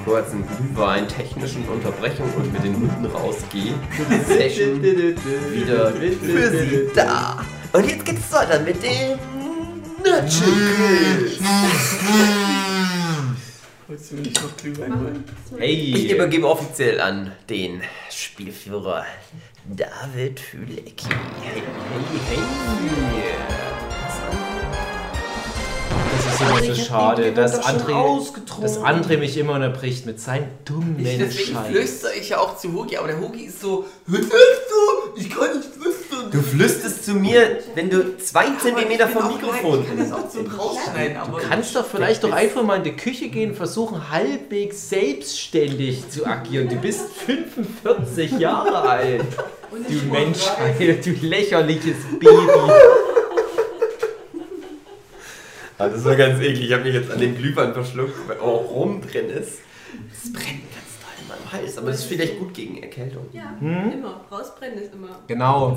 kurzen Glühwein, technischen Unterbrechung und mit den Hunden rausgehe, die Session wieder für Sie da. Und jetzt geht's weiter mit dem Nerdship-Quiz. Wolltest du mir nicht noch Glühwein holen? Hey. Ich übergebe offiziell an den Spielführer David Fülecki. Hey, hey, hey. Das ist immer so schade, dass André mich immer unterbricht mit seinem dummen Deswegen Scheiß. flüstere ich ja auch zu Hugi, aber der Hugi ist so, ich kann nicht flüstern. Du flüsterst zu mir, wenn du 2 Zentimeter vom Mikrofon Ich kann das auch so rausschneiden, aber... Du kannst doch vielleicht doch einfach mal in die Küche gehen und versuchen, halbwegs selbstständig zu agieren. Du bist 45 Jahre alt. Du Menschheit, du lächerliches Baby. Das ist so ganz eklig. Ich habe mich jetzt an den Glühwein verschluckt, weil auch rum drin ist. Das brennt ganz doll in meinem Hals, aber das ist vielleicht gut gegen Erkältung. Ja, immer. Rausbrennen ist immer. Genau.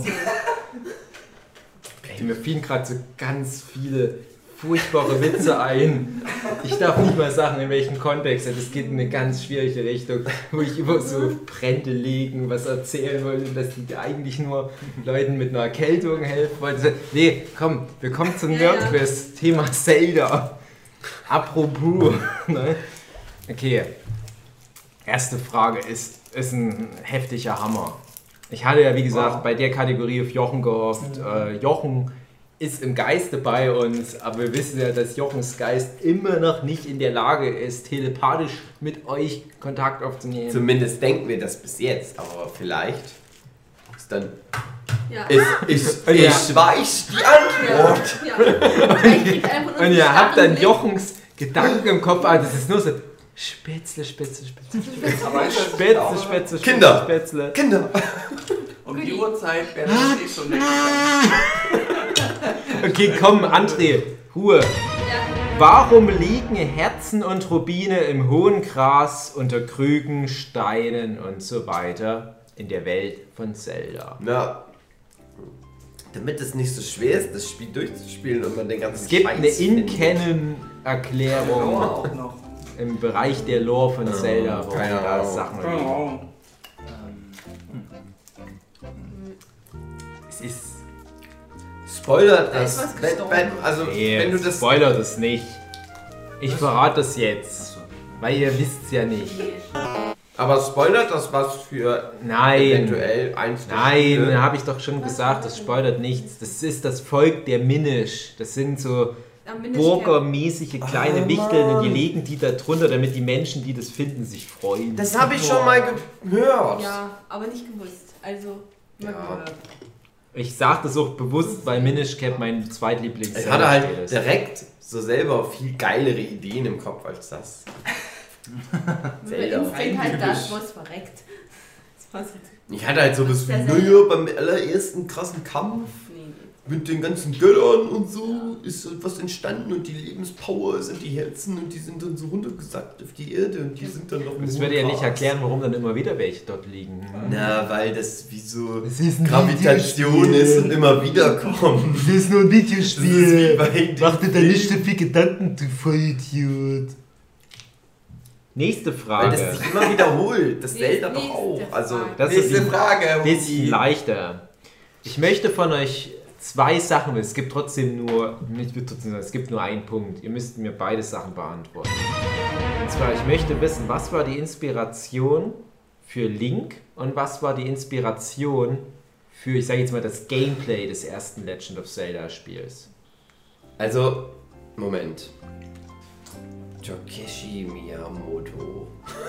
Ey, mir fielen gerade so ganz viele furchtbare Witze ein. Ich darf nicht mal sagen, in welchem Kontext. Das geht in eine ganz schwierige Richtung, wo ich über so Brände legen, was erzählen wollte, dass die eigentlich nur Leuten mit einer Erkältung helfen wollten. Nee, komm, wir kommen zum Nerdquiz. Thema Zelda. Apropos. Ne? Okay. Erste Frage ist ein heftiger Hammer. Ich hatte ja, wie gesagt, bei der Kategorie auf Jochen gehofft. Jochen ist im Geiste bei uns, aber wir wissen ja, dass Jochens Geist immer noch nicht in der Lage ist, telepathisch mit euch Kontakt aufzunehmen. Zumindest denken wir das bis jetzt, aber vielleicht ist dann... Ja. Ich weiß die Antwort. Ja. Und ihr habt dann Jochens Gedanken im Kopf, aber das ist nur so Spätzle, Spätzle, Spätzle, Spätzle, Spätzle, Kinder. Spätzle. Kinder. Um die Uhrzeit wäre das schon weggegangen. Okay, komm, André, Ruhe. Warum liegen Herzen und Rubine im hohen Gras unter Krügen, Steinen und so weiter in der Welt von Zelda? Na, damit es nicht so schwer ist, das Spiel durchzuspielen und man den ganzen Es gibt Scheiß eine findet. In-Canon-Erklärung Auch noch. im Bereich der Lore von Zelda, wo keine da Ahnung. Sachen liegen. Genau. Es ist... Spoilert Da ist das. was gestorben. Wenn du das... Spoiler das nicht. Ich verrate das jetzt, weil ihr wisst es ja nicht. Aber spoilert das was für Nein. eventuell eins der Nein, Spiele? habe ich doch schon gesagt, das spoilert nichts. Das ist das Volk der Minish. Das sind so burgermäßige kleine Wichteln und die legen die da drunter, damit die Menschen, die das finden, sich freuen. Das habe ich schon mal gehört. Ja, aber nicht gewusst. Also, mal gehört. Ich sage das auch bewusst, weil Minish Cap mein zweitlieblings Ich hatte halt direkt so selber viel geilere Ideen im Kopf als das. Zelda. Instinkt halt das, wo es verreckt. Das passiert. Ich hatte halt sowas wie, Der naja, Zelda. beim allerersten krassen Kampf Nee. mit den ganzen Göttern und so ist etwas entstanden und die Lebenspower sind die Herzen und die sind dann so runtergesackt auf die Erde und die sind dann noch im Das würde ja hohen nicht Gras. erklären, warum dann immer wieder welche dort liegen. Na, weil das wie so Das ist ein Gravitation Videospiel. ist und immer wieder kommt. Das ist nur ein Das ist wie bei den Mach dir da nicht so viel Gedanken, du Vollidiot. Nächste Weil Frage. das sich immer wiederholt. Das Zelda doch Nächste auch. Also, Frage. Das ist nächste ein Frage. bisschen leichter. Ich möchte von euch 2 Sachen, es gibt trotzdem nur, ich würde trotzdem sagen, es gibt nur einen Punkt. Ihr müsst mir beide Sachen beantworten. Und zwar, ich möchte wissen, was war die Inspiration für Link und was war die Inspiration für, ich sage jetzt mal, das Gameplay des ersten Legend of Zelda Spiels? Also, Moment. Takeshi Miyamoto.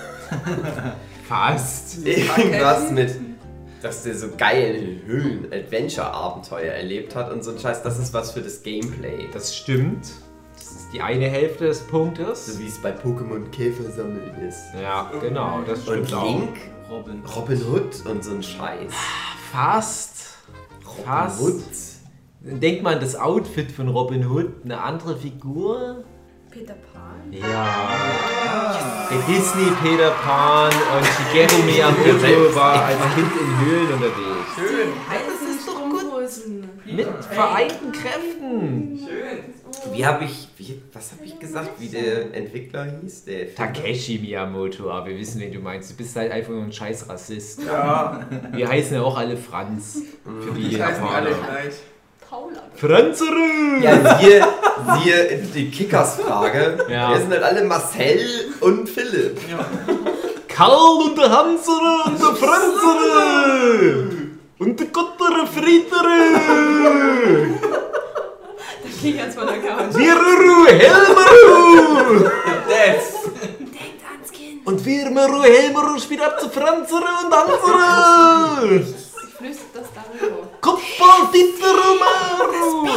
Fast. Irgendwas mit, dass der so geile Höhlen-Adventure-Abenteuer erlebt hat und so ein Scheiß. Das ist was für das Gameplay. Das stimmt. Das ist die eine Hälfte des Punktes. So wie es bei Pokémon Käfer sammeln ist. Ja, genau, das Und stimmt auch. Link, Robin Hood und so ein Scheiß. Fast. Fast. Hood. Denk mal an das Outfit von Robin Hood, eine andere Figur. Peter Pan. Ja. Der Disney Peter Pan und Shigeru Miyamoto war als Kind in Höhlen unterwegs. Schön. Das ist doch Strumpfhosen. Mit vereinten Kräften. Schön. Was habe ich gesagt, wie der Entwickler hieß? Der Takeshi Miyamoto, aber wir wissen, wen du meinst. Du bist halt einfach nur ein scheiß Rassist. Ja. Wir heißen ja auch alle Franz. Für die Die heißen alle Japaner. gleich. Paula. Franzerö! Ja, siehe die Kickers-Frage. Ja. Wir sind halt alle Marcel und Philipp. Ja. Karl und der Hansere und der Franzere! Und der Gottere Friedere! Das klingt jetzt von der Couch. Viruru Helmeru! Das. Denkt ans Kind. Und Virmeru Helmeru spielt ab zu Franzere und Hansere! Ich flüstere das darüber. Kuppel Titerumaru!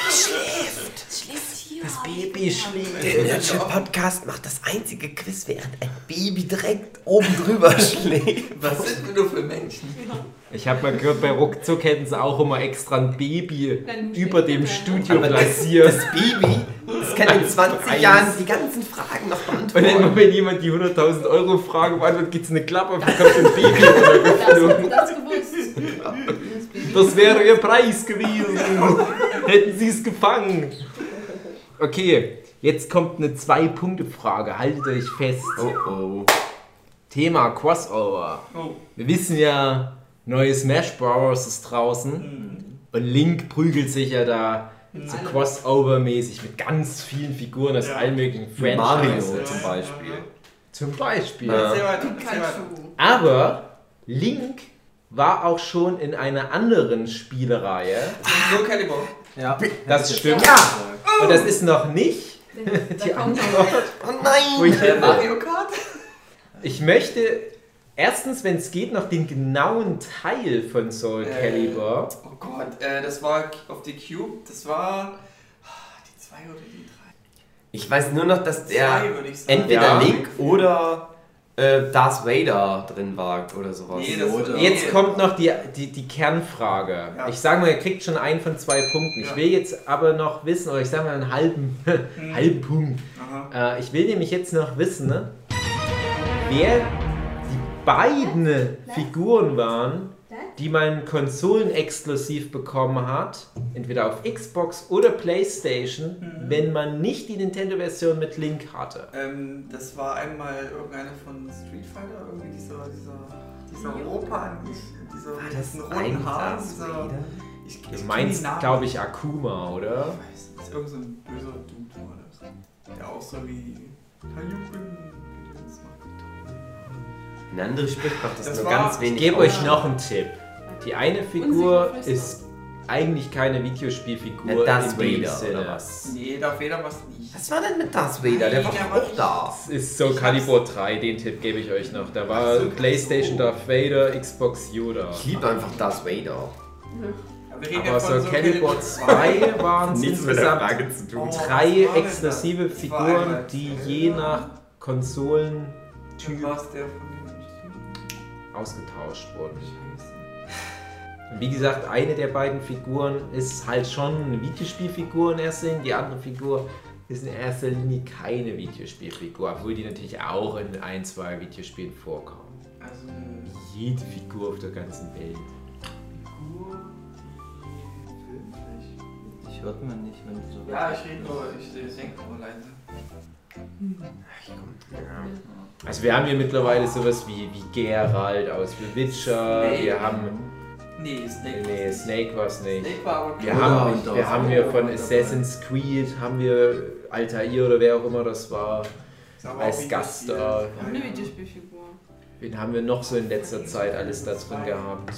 Das Baby schläft. Der Nerdship Podcast macht das einzige Quiz, während ein Baby direkt oben drüber schlägt. Was sind wir nur für Menschen? Ich habe mal gehört, bei Ruckzuck hätten sie auch immer extra ein Baby Nein, du über dem steckst Studio Aber platziert. das Baby, das kann in 20 Jahren die ganzen Fragen noch Und beantworten. immer wenn jemand die 100.000 € Frage beantwortet, gibt es eine Klappe und bekommt ein Baby runtergeflogen. Das gewusst. Das wäre ihr Preis gewesen. Hätten sie es gefangen. Okay, jetzt kommt eine 2-Punkte-Frage. Haltet euch fest. Oh. Thema Crossover. Oh. Wir wissen ja, neue Smash Bros. Ist draußen. Und Link prügelt sich ja da so Crossover-mäßig mit ganz vielen Figuren aus allen möglichen Mario Franchises. zum Beispiel. Zum Beispiel. Ja. Erzähl weiter. Pikachu. Aber Link war auch schon in einer anderen Spielereihe. Soul Calibur. Ja. Das stimmt. Ja! Und das ist noch nicht Da kommt noch. Oh wo ich nein! Mario Kart? Ich möchte erstens, wenn es geht, noch den genauen Teil von Soul Calibur. Oh Gott, das war auf die Cube. Das war die 2 oder die 3? Ich weiß nur noch, dass der 2 würde ich sagen. entweder Ja. Link oder Darth Vader drin war oder sowas. Nee, das Oder- Jetzt kommt noch die Kernfrage. Ja. Ich sage mal, ihr kriegt schon einen von 2 Punkten. Ich Ja. will jetzt aber noch wissen, oder ich sage mal einen halben Punkt. Aha. Ich will nämlich jetzt noch wissen, ne, wer die beiden Figuren waren, die man konsolenexklusiv bekommen hat, entweder auf Xbox oder Playstation, wenn man nicht die Nintendo-Version mit Link hatte. Das war einmal irgendeiner von Street Fighter, irgendwie dieser Opa, dieser War mit das diesen ein roten Haaren. Darth Vader? Ich Du kenn den meinst, Namen. glaube ich, Akuma, oder? Ich weiß, das ist irgend so ein böser Dude war das. Der auch so wie Kajuken. Ein anderes Spiel macht das Das nur war- ganz Ich wenig. gebe aus. euch noch einen Tipp. Die eine Figur Unsicher ist eigentlich keine Videospielfigur Mit Darth in dem Vader Sinne. oder was? Nee, Darth Vader war es nicht. Was war denn mit Darth Vader? Der war Nein, doch der auch war da. Das ist Soul Calibur 3, den Tipp gebe ich euch noch. Da war Ach so, PlayStation so. Darth Vader, Xbox Yoda. Ich liebe einfach Darth Vader. Aber wir reden Aber ja von Soul Soul Calibur 2 waren es Nichts mit der insgesamt Frage zu tun. Oh. 3 was war denn exklusive das? Das war Figuren, einmal die Zelda. je nach Dann Konsolentyp war es der von dem ausgetauscht wurden. Scheiße. Und wie gesagt, eine der beiden Figuren ist halt schon eine Videospielfigur in erster Linie, die andere Figur ist in erster Linie keine Videospielfigur, obwohl die natürlich auch in 1, 2 Videospielen vorkommen. Also Jede Figur auf der ganzen Welt. Figur, die filmfläche. Ich hört man nicht, wenn du so. Ja, ich rede nur, ich denke nur leise. Also wir haben hier mittlerweile sowas wie Geralt aus The Witcher, Snake. wir haben... Nee, Snake. Nee, Snake war es nicht. Snake war aber Wir Oder haben, und wir auch haben hier von dabei. Assassin's Creed, haben wir Altair oder wer auch immer das war, Ist aber als auch Gast Videospiel. da. Auch eine Videospielfigur. Wen haben wir noch so in letzter Zeit alles da drin gehabt?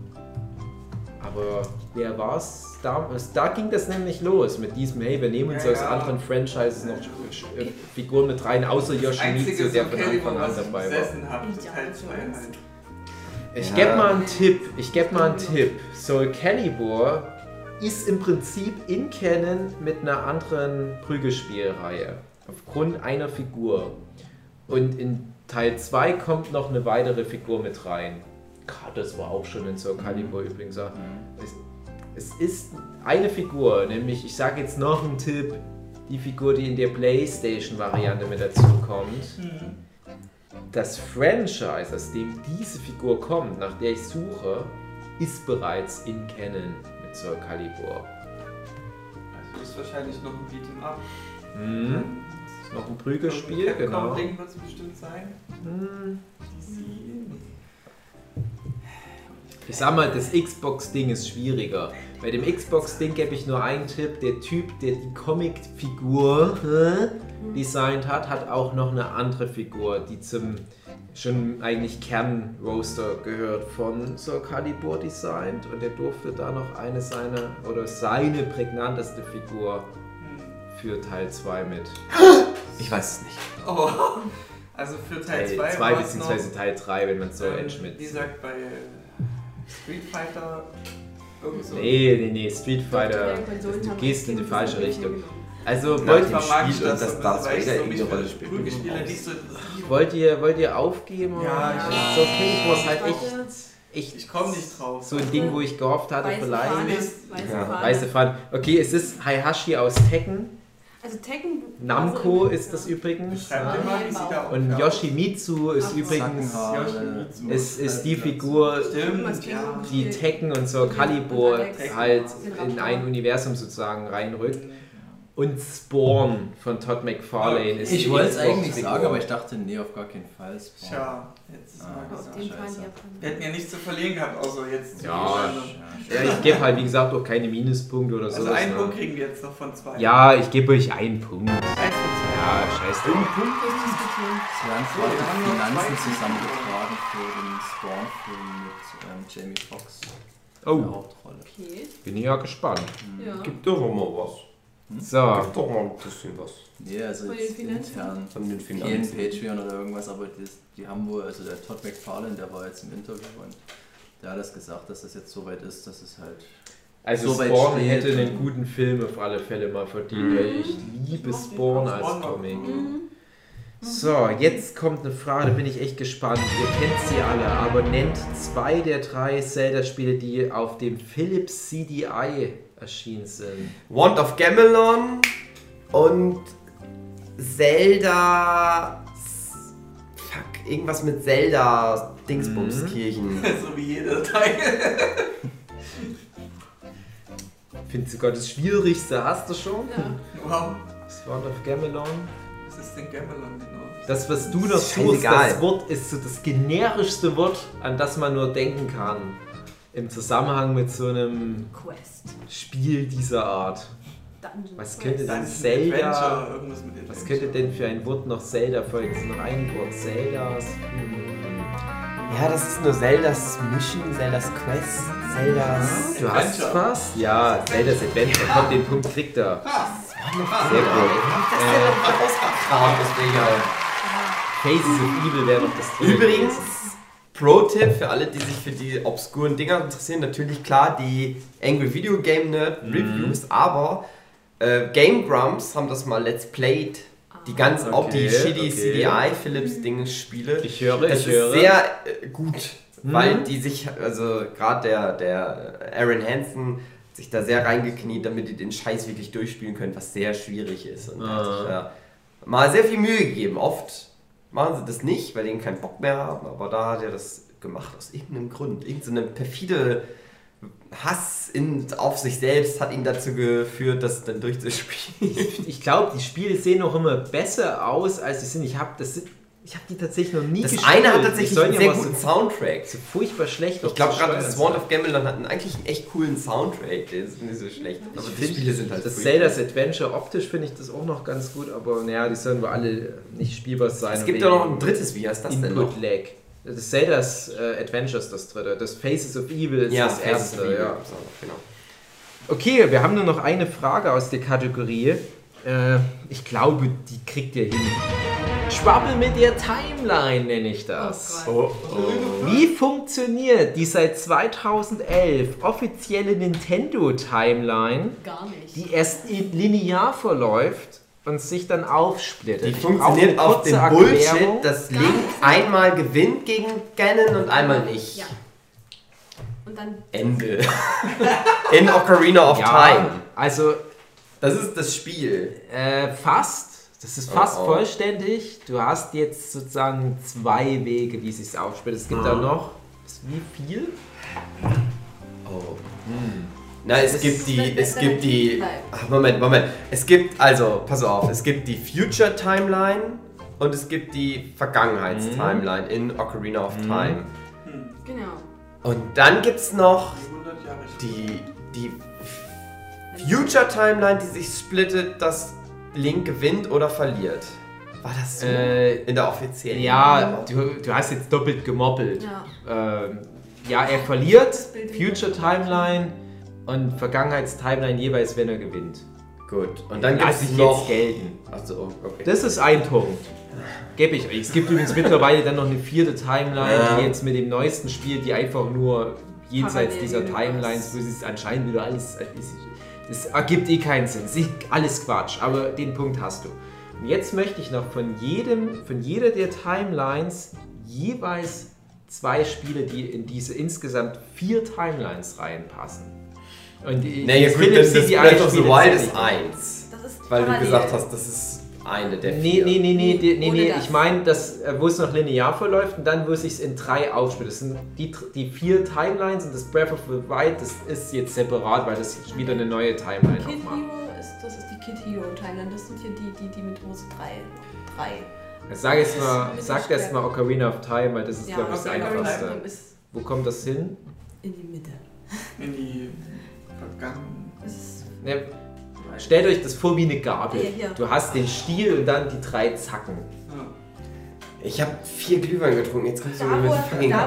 Aber wer war's? Da ging das nämlich los mit diesem, hey, wir nehmen uns Ja, aus ja. anderen Franchises noch Figuren mit rein, außer Das Yoshimitsu, einzige der Soul von Calibur, Anfang an was ich dabei war. besessen habe, Ich ist auch Teil nicht 2 so. halt. Ich Ja. gebe mal einen Tipp. Soul Calibur ist im Prinzip in Canon mit einer anderen Prügelspielreihe. Aufgrund einer Figur. Und in Teil 2 kommt noch eine weitere Figur mit rein. Das war auch schon in Soul Calibur übrigens. Es ist eine Figur, nämlich, ich sage jetzt noch einen Tipp, die Figur, die in der PlayStation-Variante mit dazu kommt. Das Franchise, aus dem diese Figur kommt, nach der ich suche, ist bereits in Canon mit Soul Calibur. Also das ist wahrscheinlich noch ein Beat'em Up. Ist noch ein Prügelspiel, genau. Ding wird es bestimmt sein. Ich sag mal, das Xbox-Ding ist schwieriger. Bei dem Xbox-Ding gebe ich nur einen Tipp. Der Typ, der die Comic-Figur designt hat, hat auch noch eine andere Figur, die zum schon eigentlich Kern-Roaster gehört von Soul Calibur designt. Und der durfte da noch seine prägnanteste Figur für Teil 2 mit. Ich weiß es nicht. Oh. Also für Teil 2 2 bzw. Teil 3, wenn man Soul Edge mit... Wie gesagt, bei Street Fighter irgend so... Nee, Street Fighter, du gehst in die falsche Richtung. Also Wollt ihr Spiel und das Darth Vader irgendeine Rolle spielt. Wollt ihr aufgeben? Ja, ist okay, ich muss halt echt ich komme nicht drauf. so ein Ding, wo ich gehofft hatte, vielleicht. Weiße Fahne. Okay, es ist Heihachi aus Tekken. Also Tekken... Namco ist das übrigens. Schreibt immer, wie sie da Und Yoshimitsu ist übrigens ist die Figur, die Tekken und Soul Calibur halt in ein Universum sozusagen reinrückt. Und Spawn von Todd McFarlane ist Ich wollte es eigentlich sagen, aber ich dachte, nee, auf gar keinen Fall. Spawn. Tja, jetzt ist mal Auf gesagt. den Fall scheiße. Wir hätten ja nichts zu verlieren gehabt, außer jetzt. Ja, ich gebe halt wie gesagt auch keine Minuspunkte oder so. Also einen Punkt kriegen wir jetzt noch von 2. Ja, ich gebe euch einen Punkt. 1 von 2. Ja, scheiß drauf. Es werden quasi Finanzen zusammengetragen für den Spawn-Film mit Jamie Foxx in der Hauptrolle. Okay. Bin ich ja gespannt. Ja. Gib doch mal was. So. Gib doch mal ein bisschen was. Nee, also Von jetzt den Finanzen? intern. Von den Vielen Finanzen. Patreon oder irgendwas, aber die haben wohl, also der Todd McFarlane, der war jetzt im Interview und der hat das gesagt, dass das jetzt so weit ist, dass es halt Also so weit Spawn steht. hätte einen guten Film auf alle Fälle mal verdient, weil ich liebe Spawn als Comic. So, jetzt kommt eine Frage, da bin ich echt gespannt. Ihr kennt sie alle, aber nennt 2 der 3 Zelda-Spiele, die auf dem Philips CDI erschienen sind. Wand of Gamelon und Zelda... Fuck, irgendwas mit Zelda Dingsbumskirchen. So wie jeder Teil. Findest du Gott das Schwierigste? Hast du schon? Ja. Wow. Das Wand of Gamelon. Was ist denn Gamelon genau? Das, was du noch Ist tust, scheißegal. das Wort ist so das generischste Wort, an das man nur denken kann. Im Zusammenhang mit so einem Quest. Spiel dieser Art. Dungeon Was Quest. könnte denn Dungeon Zelda... Adventure, irgendwas mit Was Adventure. könnte denn für ein Wort noch Zelda folgen? Das ist noch ein Wort. Zeldas... Ja, das ist nur Zeldas Mission, Zeldas Quest, Zeldas... Du hast es fast? Ja, Zeldas Adventure. Komm, den Punkt kriegt er. Sehr gut. Rausgekramt, deswegen halt. Faces of Evil wäre noch das dritte. Übrigens, Pro-Tipp für alle, die sich für die obskuren Dinger interessieren, natürlich klar die Angry Video Game Nerd Reviews, aber Game Grumps haben das mal Let's Played. Die ganzen, auch die shitty CDI Philips Dinge Spiele. Ich höre. Das ist sehr gut, weil die sich, also gerade der Aaron Hansen sich da sehr reingekniet, damit die den Scheiß wirklich durchspielen können, was sehr schwierig ist. Und hat sich da mal sehr viel Mühe gegeben. Oft machen sie das nicht, weil die keinen Bock mehr haben, aber da hat er das gemacht aus irgendeinem Grund. Irgendeine perfide Hass auf sich selbst hat ihn dazu geführt, das dann durchzuspielen. Ich glaube, die Spiele sehen auch immer besser aus, als sie sind. Ich habe die tatsächlich noch nie Das gespielt. eine hat tatsächlich einen sehr guten so Soundtrack. furchtbar schlecht. Ich glaube gerade das Wand of Gamelon hat eigentlich einen echt coolen Soundtrack, der ist nicht so schlecht. Aber die Spiele sind halt das furchtbar. Zelda's Adventure, optisch finde ich das auch noch ganz gut, aber naja, die sollen wohl alle nicht spielbar sein. Es gibt ja noch ein drittes, wie heißt das denn noch? Input Lag. Das Zelda's Adventure ist das dritte. Das Faces of Evil ist das Faces of erste. Evil, Ja. genau. Okay, wir haben nur noch eine Frage aus der Kategorie. Ich glaube, die kriegt ihr hin. Schwabbel mit der Timeline nenne ich das. Oh Wie funktioniert die seit 2011 offizielle Nintendo-Timeline, Gar nicht. die erst linear verläuft und sich dann aufsplittet? Die Ich brauche funktioniert eine auf kurze dem Bullshit, Erklärung. dass Link einmal gewinnt gegen Ganon und einmal nicht. Ja. Und dann Ende. In Ocarina of Time. Also Das ist das Spiel. fast. Das ist fast Oh. vollständig. Du hast jetzt sozusagen 2 Wege, wie es sich aufspielt. Es gibt da noch. Wie viel? Oh. Nein, es gibt die. Ach, Moment. Es gibt, also, pass auf, es gibt die Future Timeline und es gibt die Vergangenheitstimeline in Ocarina of Time. Genau. Und dann gibt's noch die Future Timeline, die sich splittet, dass Link gewinnt oder verliert. War das so? In der offiziellen? Ja, du hast jetzt doppelt gemoppelt. Ja, er verliert, Future Timeline und Vergangenheitstimeline jeweils, wenn er gewinnt. Gut, und dann lass ich jetzt gelten. Achso, okay. Das ist ein Punkt. Gebe ich euch. Es gibt übrigens mittlerweile dann noch eine 4. Timeline, die jetzt mit dem neuesten Spiel, die einfach nur jenseits dieser Timelines, wo es anscheinend wieder alles... Das ergibt eh keinen Sinn. Das ist alles Quatsch, aber den Punkt hast du. Und jetzt möchte ich noch von jeder der Timelines jeweils 2 Spiele, die in diese insgesamt 4 Timelines reinpassen. Und naja gut, das Breath of the Wild ist 1. Weil du gesagt hast, das ist eine der 4. Nee, ich meine, wo es noch linear verläuft und dann, wo es sich in 3 aufspielt. Das sind die 4 Timelines und das Breath of the Wild, das ist jetzt separat, weil das wieder eine neue Timeline Kid Hero das ist die Kid Hero Timeline. Das sind hier die mit Hose 3. Sag erst mal Ocarina of Time, weil das ist, glaube ich, das Einfachste. Wo kommt das hin? In die Mitte. In die Vergangenheit. Stellt euch das vor wie eine Gabel. Du hast den Stiel und dann die 3 Zacken. Ich habe 4 Glühwein getrunken, jetzt kommst du mir mit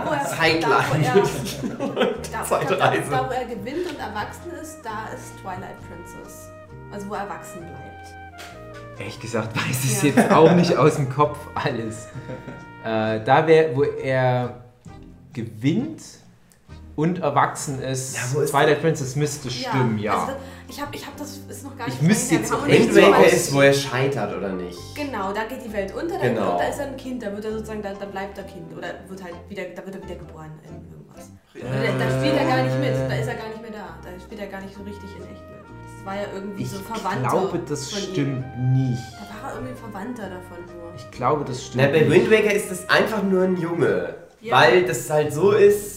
Zeitreise. Da, wo er gewinnt und erwachsen ist, da ist Twilight Princess. Also wo er erwachsen bleibt. Ehrlich gesagt weiß ich es jetzt auch nicht aus dem Kopf alles. Da wo er gewinnt und erwachsen ist, Twilight Princess müsste stimmen, ja. Also ich hab das ist noch gar nicht. Ich müsste jetzt auch Wind Waker ist, wo er scheitert, oder nicht? Genau, da geht die Welt unter, da ist er ein Kind, da wird er sozusagen, da bleibt er Kind oder wird er wieder geboren in irgendwas. Da spielt er gar nicht mit, da ist er gar nicht mehr da spielt er gar nicht so richtig in echt mit. Das war ja irgendwie so Verwandter. Ich glaube, das stimmt nicht. Da war er irgendwie Verwandter davon nur. Ich glaube, das stimmt. Bei Wind Waker ist das einfach nur ein Junge, weil das halt so ist.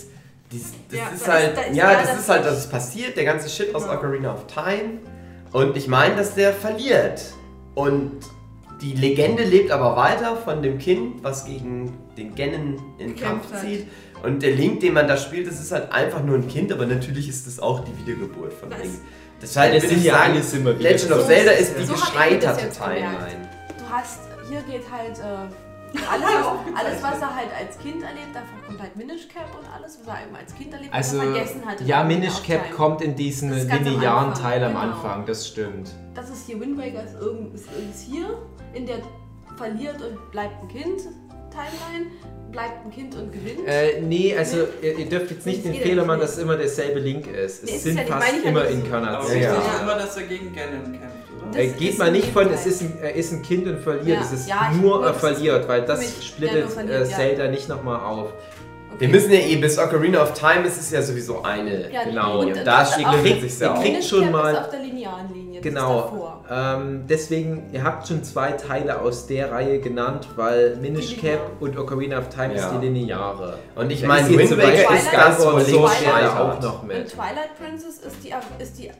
Das ist halt, dass es passiert, der ganze Shit aus Ocarina of Time. Und ich meine, dass der verliert. Und die Legende lebt aber weiter von dem Kind, was gegen den Ganon in Kampf zieht. Und der Link, den man da spielt, das ist halt einfach nur ein Kind, aber natürlich ist das auch die Wiedergeburt von Link. Deshalb würde ich sagen, Legend of Zelda ist die gescheiterte Timeline. Du hast, hier geht halt... Alles, was er halt als Kind erlebt, davon kommt halt Minish Cap und alles, was er eben als Kind erlebt, also, vergessen hat. Ja, Minish Cap kommt in diesen linearen Teil am Anfang, das stimmt. Das ist hier, Wind Waker ist hier, in der verliert und bleibt ein Kind Timeline, bleibt ein Kind und gewinnt. Nee, also ihr dürft jetzt nicht den Fehler machen, dass es immer derselbe Link ist. Es sind fast immer Inkarnationen. Aber es ist immer, dass er gegen Ganon kämpft. Geht man nicht von, er ist ein Kind und verliert, es ist nur er verliert, weil das splittet Zelda nicht nochmal auf. Okay. Wir müssen ja bis Ocarina of Time ist es ja sowieso eine. Ja, genau. Und da kriegt sich ja auch. Kriegt schon mal. Ist auf der linearen Linie. Genau. Deswegen, ihr habt schon 2 Teile aus der Reihe genannt, weil Minish Cap und Ocarina of Time ist die lineare. Und ich meine, Wind Waker ist ganz auch noch mit. Und Twilight Princess ist die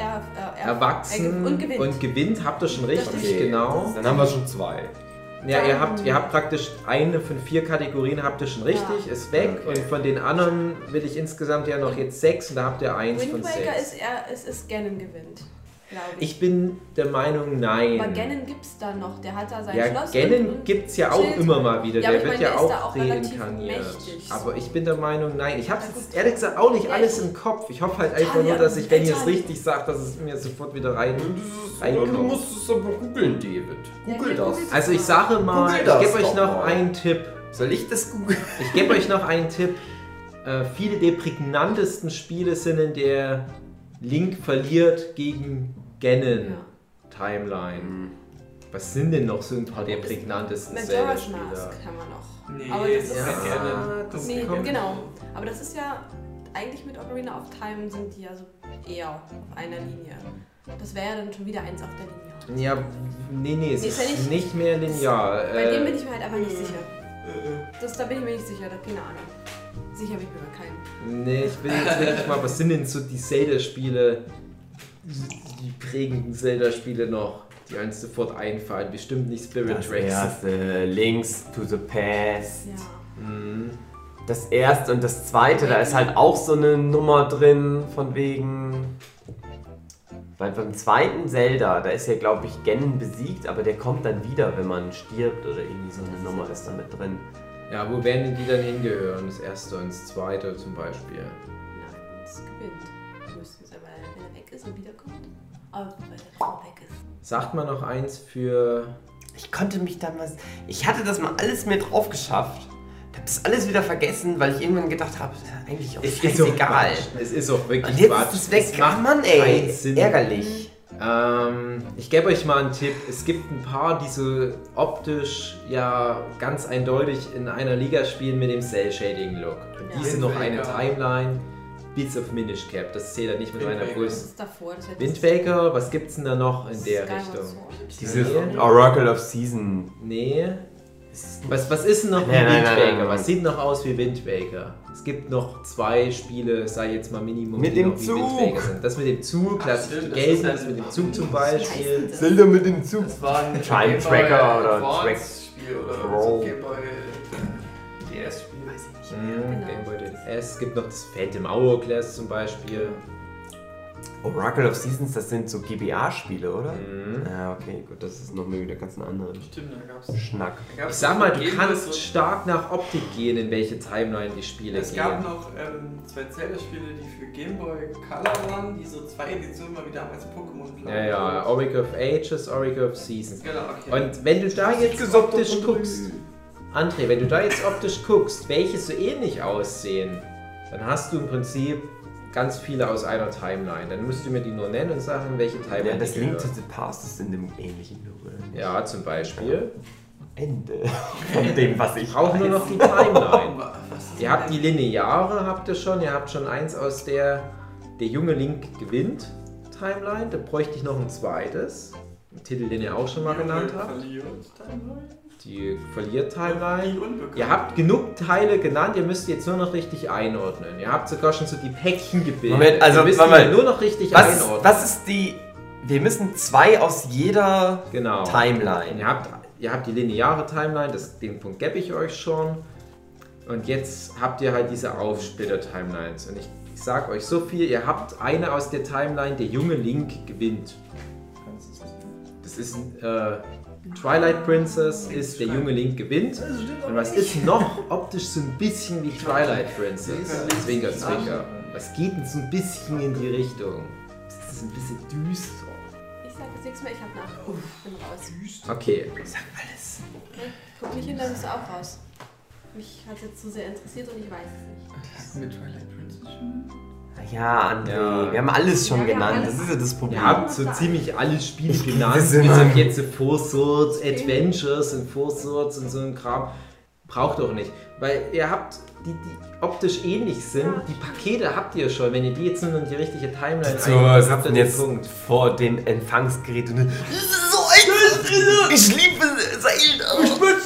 erwachsen und gewinnt. Habt ihr schon richtig, genau. Dann haben wir schon 2. Ja, ihr habt praktisch eine von 4 Kategorien habt ihr schon richtig, ist weg. Okay. Und von den anderen will ich insgesamt ja noch jetzt 6 und da habt ihr 1 von 6. Wind Waker ist Ganon gewinnt, glaube ich. Ich bin der Meinung, nein. Aber Ganon gibt's da noch, der hat da sein Schloss. Ja, Ganon gibt's ja auch immer mal wieder, ja, der wird ja auch reinkarniert. Aber ich bin der Meinung, nein. Ich hab's jetzt ehrlich gesagt auch nicht alles im Kopf. Ich hoffe halt einfach nur, dass ich, wenn ihr es richtig sagt, dass es mir sofort wieder reinkommt. Du musst es aber googeln, David. Google das. Also ich sage mal, ich gebe euch noch einen Tipp. Soll ich das googeln? Ich gebe euch noch einen Tipp. Viele der prägnantesten Spiele sind, in der Link verliert gegen Ganon Timeline. Was sind denn noch so ein paar der prägnantesten Zelda-Spiele? Majora's Mask haben wir noch. Nee, aber das ist Ganon. Genau. Aber das ist ja eigentlich mit Ocarina of Time sind die ja so eher auf einer Linie. Das wäre ja dann schon wieder eins auf der Linie. Ja, nee, es ist nicht mehr linear. Bei dem bin ich mir halt einfach nicht sicher. Da bin ich mir nicht sicher, keine Ahnung. Sicher habe ich mir aber keinen. Nee, ich will jetzt wirklich mal, was sind denn so die Zelda-Spiele, die prägenden Zelda-Spiele noch, die einem sofort einfallen? Bestimmt nicht Spirit Das Tracks. erste, Links to the Past. Ja. Das erste und das zweite, da ist halt auch so eine Nummer drin, von wegen... Weil beim zweiten Zelda, da ist ja, glaube ich, Ganon besiegt, aber der kommt dann wieder, wenn man stirbt oder irgendwie so eine Nummer ist da mit drin. Ja, wo werden denn die dann hingehören? Das erste und das zweite zum Beispiel. Nein, es gewinnt. Müssten es aber, wenn er weg ist und wiederkommt. Aber weil er schon weg ist. Sagt man noch eins für... Ich konnte mich damals... Ich hatte das mal alles mir drauf geschafft. Ich habe das alles wieder vergessen, weil ich irgendwann gedacht habe, das ist eigentlich auch scheißegal. Es ist auch wirklich Und jetzt Quatsch. ist es weg. Es macht Mann, keinen ey. Sinn. Ärgerlich. Ich gebe euch mal einen Tipp. Es gibt ein paar, die so optisch ja ganz eindeutig in einer Liga spielen mit dem Cell-Shading-Look. Und die Ja. sind noch eine Waker. Timeline bis auf Minish Cap. Das zählt ja nicht mit Wind meiner Waker. Das Größe. ist davor. Das wird Wind Waker, was gibt's denn da noch in der Skyward Richtung? Sword. Dieses Nee. Oracle of Season. Nee. Was ist denn noch wie Nein, nein, Wind nein, Waker? nein, nein. Was sieht noch aus wie Wind Waker? Es gibt noch 2 Spiele, sei jetzt mal Minimum, Mit die dem noch wie Zug. Wind Waker sind. Das mit dem Zug, klassisch stimmt, das gelb, ist das mit dem Zug zum Beispiel. Zelda mit dem Zug. Das war ein Time Game Boy Tracker oder Advance-Spiel oder so Roll. Game Boy DS-Spiel. Genau. Game Boy DS. Es gibt noch das Phantom Hourglass zum Beispiel. Oracle of Seasons, das sind so GBA-Spiele, oder? Mhm. Ja, okay, gut, das ist nochmal wieder ganz ein anderer Stimmt, da gab's. Schnack. Ich sag mal, du Game Boy kannst so- stark nach Optik gehen, in welche Timeline die Spiele Es gehen. gab noch 2 Zelda-Spiele, die für Game Boy Color waren, die so 2 Editionen mal wieder als Pokémon planen. Ja, Oracle of Ages, Oracle of Seasons. Genau, okay. Und wenn du da jetzt optisch guckst, André, wenn du da jetzt optisch guckst, welche so ähnlich aussehen, dann hast du im Prinzip ganz viele aus einer Timeline. Dann musst du mir die nur nennen und sagen, welche Timeline Ja, das die Link to gehören. the Past ist in dem ähnlichen Logo. Ja, zum Beispiel. Ende von dem, was ich Ich brauche nur weiß. noch die Timeline. Was ist Ihr habt die Lineare, habt ihr schon. Ihr habt schon eins aus der junge Link gewinnt Timeline. Da bräuchte ich noch ein zweites. Einen Titel, den ihr auch schon mal genannt habt. Die verliert Timeline. Ihr habt genug Teile genannt, ihr müsst jetzt nur noch richtig einordnen. Ihr habt sogar schon so die Päckchen gebildet. Moment, also, ihr müsst warte mal. nur noch richtig Was, einordnen. was ist die... Wir müssen 2 aus jeder Genau. Und Timeline. ihr habt die lineare Timeline, den Punkt gebe ich euch schon. Und jetzt habt ihr halt diese Aufsplitter-Timelines. Und ich sag euch so viel, ihr habt eine aus der Timeline, der junge Link gewinnt. Das ist Twilight Princess ist der junge Link gewinnt. Und was ist noch optisch so ein bisschen wie Twilight Princess? Zwinker, zwinker. Was geht denn so ein bisschen in die Richtung? Das ist ein bisschen düster. Ich sag das nächste Mal, ich hab nachgeguckt. Bin raus. Okay. Sag alles. Guck nicht hin, dann bist du auch raus. Mich hat jetzt zu sehr interessiert und ich weiß es nicht. Mit Twilight Princess schon? Ja, André, Ja. wir haben alles schon Ja, wir haben genannt. alles- Das ist ja das Problem. Ihr habt so ziemlich alle Spiele Ich genannt, weiß bis immer. auf jetzt so Four Swords, Adventures und Four Swords und so ein Kram. Braucht doch nicht. Weil ihr habt, die optisch ähnlich sind, die Pakete habt ihr schon. Wenn ihr die jetzt nur in die richtige Timeline So, einbaut, habt ihr sitzen den jetzt Punkt. vor dem Empfangsgerät und das ist so einfach. Ich liebe Zelda.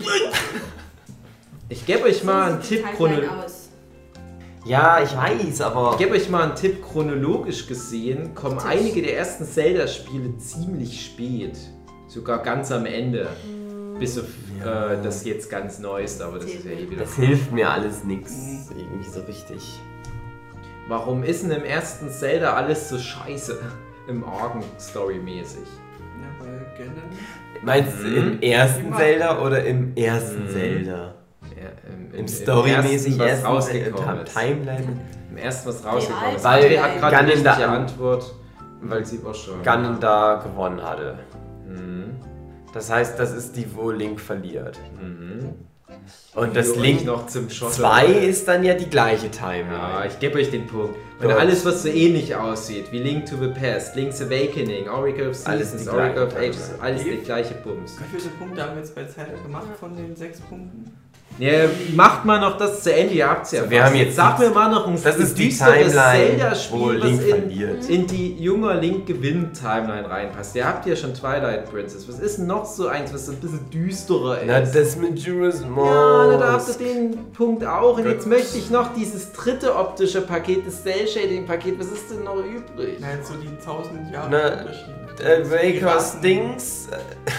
Ich gebe euch mal einen Tipp chronologisch. Ja, ich weiß, aber... Ich gebe euch mal einen Tipp, chronologisch gesehen kommen einige der ersten Zelda-Spiele ziemlich spät. Sogar ganz am Ende. Bis auf das jetzt ganz Neueste, aber das ist ja eh wieder... Das hilft mir alles nix. Irgendwie so richtig. Warum ist denn im ersten Zelda alles so scheiße? Im Argen storymäßig. Ja, weil Ganon. Meinst du im ersten Zelda oder im ersten Zelda? Ja, Im storymäßig ersten, was ersten rausgekommen ist. Timeline? Im ersten, was rausgekommen ist. Weil André hat gerade die Ganon da- richtige Antwort, weil sie auch schon... Ganon da gewonnen hatte. Mhm. Das heißt, das ist die, wo Link verliert. Mhm. Und das Führe Link euch noch zum Schotter. 2 ist dann ja die gleiche Ja, Timeline. ich gebe euch den Punkt. Und Gut. alles, was so ähnlich aussieht, wie Link to the Past, Link's Awakening, Oracle of Alles Seasons, die Oracle of gleiche Ages, Timeline. alles der gleiche Bums. Wie viele Punkte haben wir jetzt bei Zelda gemacht von den 6 Punkten? Ja, macht mal noch das zu Ende, ihr habt's ja. So, wir haben jetzt Sag mir mal noch ein das ist die düsteres Timeline, Zelda-Spiel, wo Link was verliert. in die junger Link-Gewinn-Timeline reinpasst. Ihr habt ja schon Twilight Princess. Was ist denn noch so eins, was so ein bisschen düsterer ist? Na, das mit Juris Mask. Ja, da habt ihr den Punkt auch. Und jetzt möchte ich noch dieses dritte optische Paket, das Cell-Shading-Paket. Was ist denn noch übrig? Na, jetzt so die 1000 Jahre Na, Unterschied. Waker's Dings,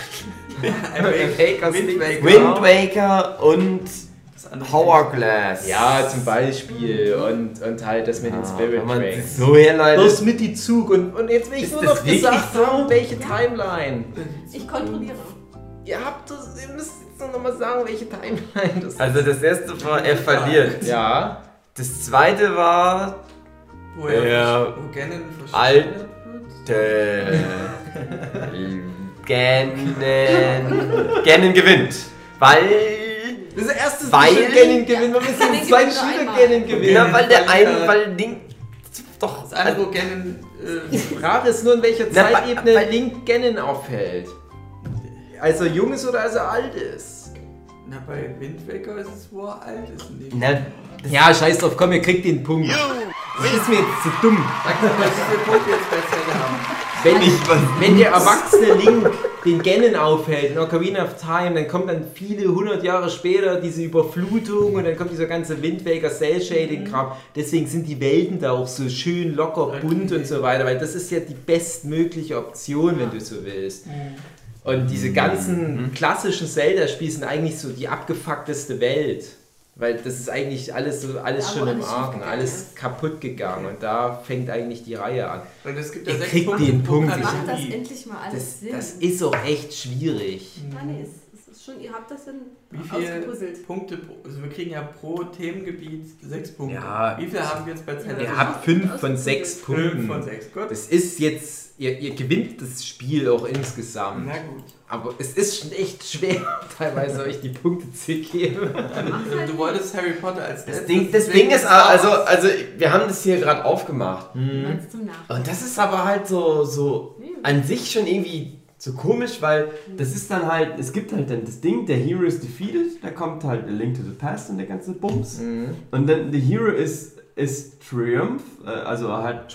Wind Wind Waker und Hourglass. Ja, zum Beispiel. Und halt das mit den Spirit wenn man Tracks. so herleitet. Das mit die Zug. Und jetzt will ich Ist nur das noch wirklich gesagt so? haben, welche Timeline. Ich kontrolliere. Ihr müsst jetzt noch mal sagen, welche Timeline das ist. Also das erste war, er verliert. Ja. Das zweite war, Wo Ganon Ganon gewinnt. Weil Das erste ist Weil- Ganon gewinnen. Wir müssen Ganon in zwei gewinnt nur Spiele einmal. Ganon gewinnen. ja, weil Link doch Das andere, wo Ganon. Die Frage ist nur, in welcher Na, Zeitebene weil- Link Ganon aufhält. Als er jung ist oder als er alt ist. Na, bei Wind Waker ist es, wo er alt ist. Nicht. na, Ja, scheiß drauf, komm, ihr kriegt den Punkt. Das ist mir jetzt zu dumm. Sag mal, wie viele Punkte jetzt bei Zelda haben. Wenn der erwachsene Link den Ganon aufhält in Ocarina of Time, dann kommt dann viele 100 Jahre später diese Überflutung und dann kommt dieser ganze Wind Waker Cell Shading Kram. Deswegen sind die Welten da auch so schön locker bunt und so weiter, weil das ist ja die bestmögliche Option, wenn du so willst. Und diese ganzen klassischen Zelda-Spiele sind eigentlich so die abgefuckteste Welt. Weil das ist eigentlich alles so, alles Ja, schon wo im alles Argen, schiefgegangen alles ist. kaputt gegangen und da fängt eigentlich die Reihe an. Weil es gibt ja Ihr 6 kriegt Punkte den pro Punkt. Kategorie. Macht das endlich mal alles Das, Sinn. das ist auch echt schwierig. Ja, nee, es ist schon, ihr habt das dann Wie viele ausgepuzzelt. Punkte, also wir kriegen ja pro Themengebiet 6 Punkte. Ja. Wie viel haben wir jetzt bei Zelda? Ihr habt 5 von 6 5 Punkten. von 6, gut. Das ist jetzt, ihr gewinnt das Spiel auch insgesamt. Na gut. Aber es ist schon echt schwer, teilweise euch die Punkte zu geben. Du wolltest Harry Potter als das letztes, Ding ist, Star Wars. also wir haben das hier gerade aufgemacht. Meinst zum Nachhinein. Und das ist aber halt so an sich schon irgendwie so komisch, weil das ist dann halt, es gibt halt dann das Ding, der Hero is defeated, da kommt halt A Link to the Past und der ganze Bums. Und dann the Hero is Triumph, also halt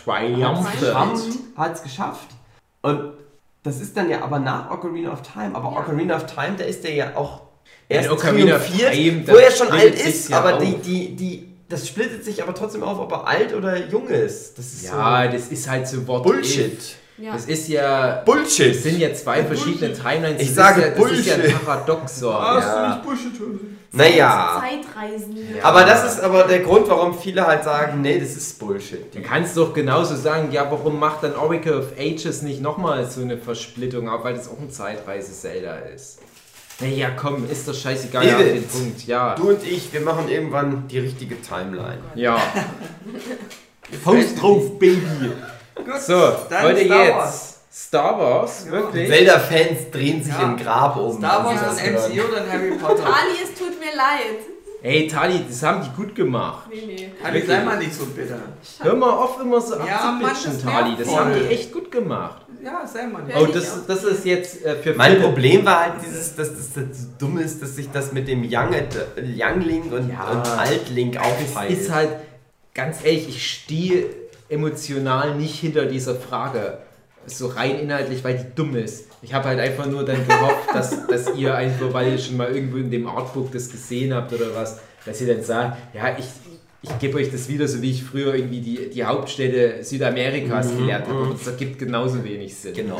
hat es geschafft. Und das ist dann ja aber nach Ocarina of Time. Aber Ja. Ocarina of Time, da ist der ja auch erst Ocarina of triumphiert, Time, wo er das schon alt splittet ist, sich ja aber auf. das splittet sich aber trotzdem auf, ob er alt oder jung ist. Das ist Ja, das ist halt so so Wort Bullshit. Ja. Das ist ja. Bullshit. Es sind ja zwei verschiedene Timelines. Ich Das sage ist ja, das ist ja ein Bullshit. Paradoxon. Ja. Bullshit. Naja. Zeitreisen. Ja. Aber das ist aber der Grund, warum viele halt sagen, nee, das ist Bullshit. Du kannst doch genauso sagen, ja, warum macht dann Oracle of Ages nicht nochmal so eine Versplittung auf, weil das auch ein Zeitreise-Zelda ist. Naja, komm, ist doch scheißegal, David. auf den Punkt, ja. Du und ich, wir machen irgendwann die richtige Timeline. Ja. Faust drauf, Baby. Gut, So, dann Leute, Star jetzt Wars. Star Wars, wirklich? Zelda-Fans drehen sich Ja. im Grab um. Star wenn Wars sie und das hören. MCU oder Harry Potter? Ali, es tut mir leid. Ey, Tali, das haben die gut gemacht. Nee. Ali, sei mal nicht so bitter. Hör mal auf, immer so Ja, abzupitchen, Mann, das Tali. nervt Das voll. haben die echt gut gemacht. Ja, sei mal nicht. Ja. Oh, das ist jetzt für Mein Philipp. Problem war halt dieses, dass das so dumm ist, dass sich das mit dem Young Link und Alt Link aufteilt. Ist halt, ganz ehrlich, ich stehe emotional nicht hinter dieser Frage. So rein inhaltlich, weil die dumm ist. Ich habe halt einfach nur dann gehofft, dass ihr einfach, weil ihr schon mal irgendwo in dem Artbook das gesehen habt oder was, dass ihr dann sagt, ja, ich gebe euch das wieder, so wie ich früher irgendwie die Hauptstädte Südamerikas gelernt habe. Aber das ergibt genauso wenig Sinn. Genau.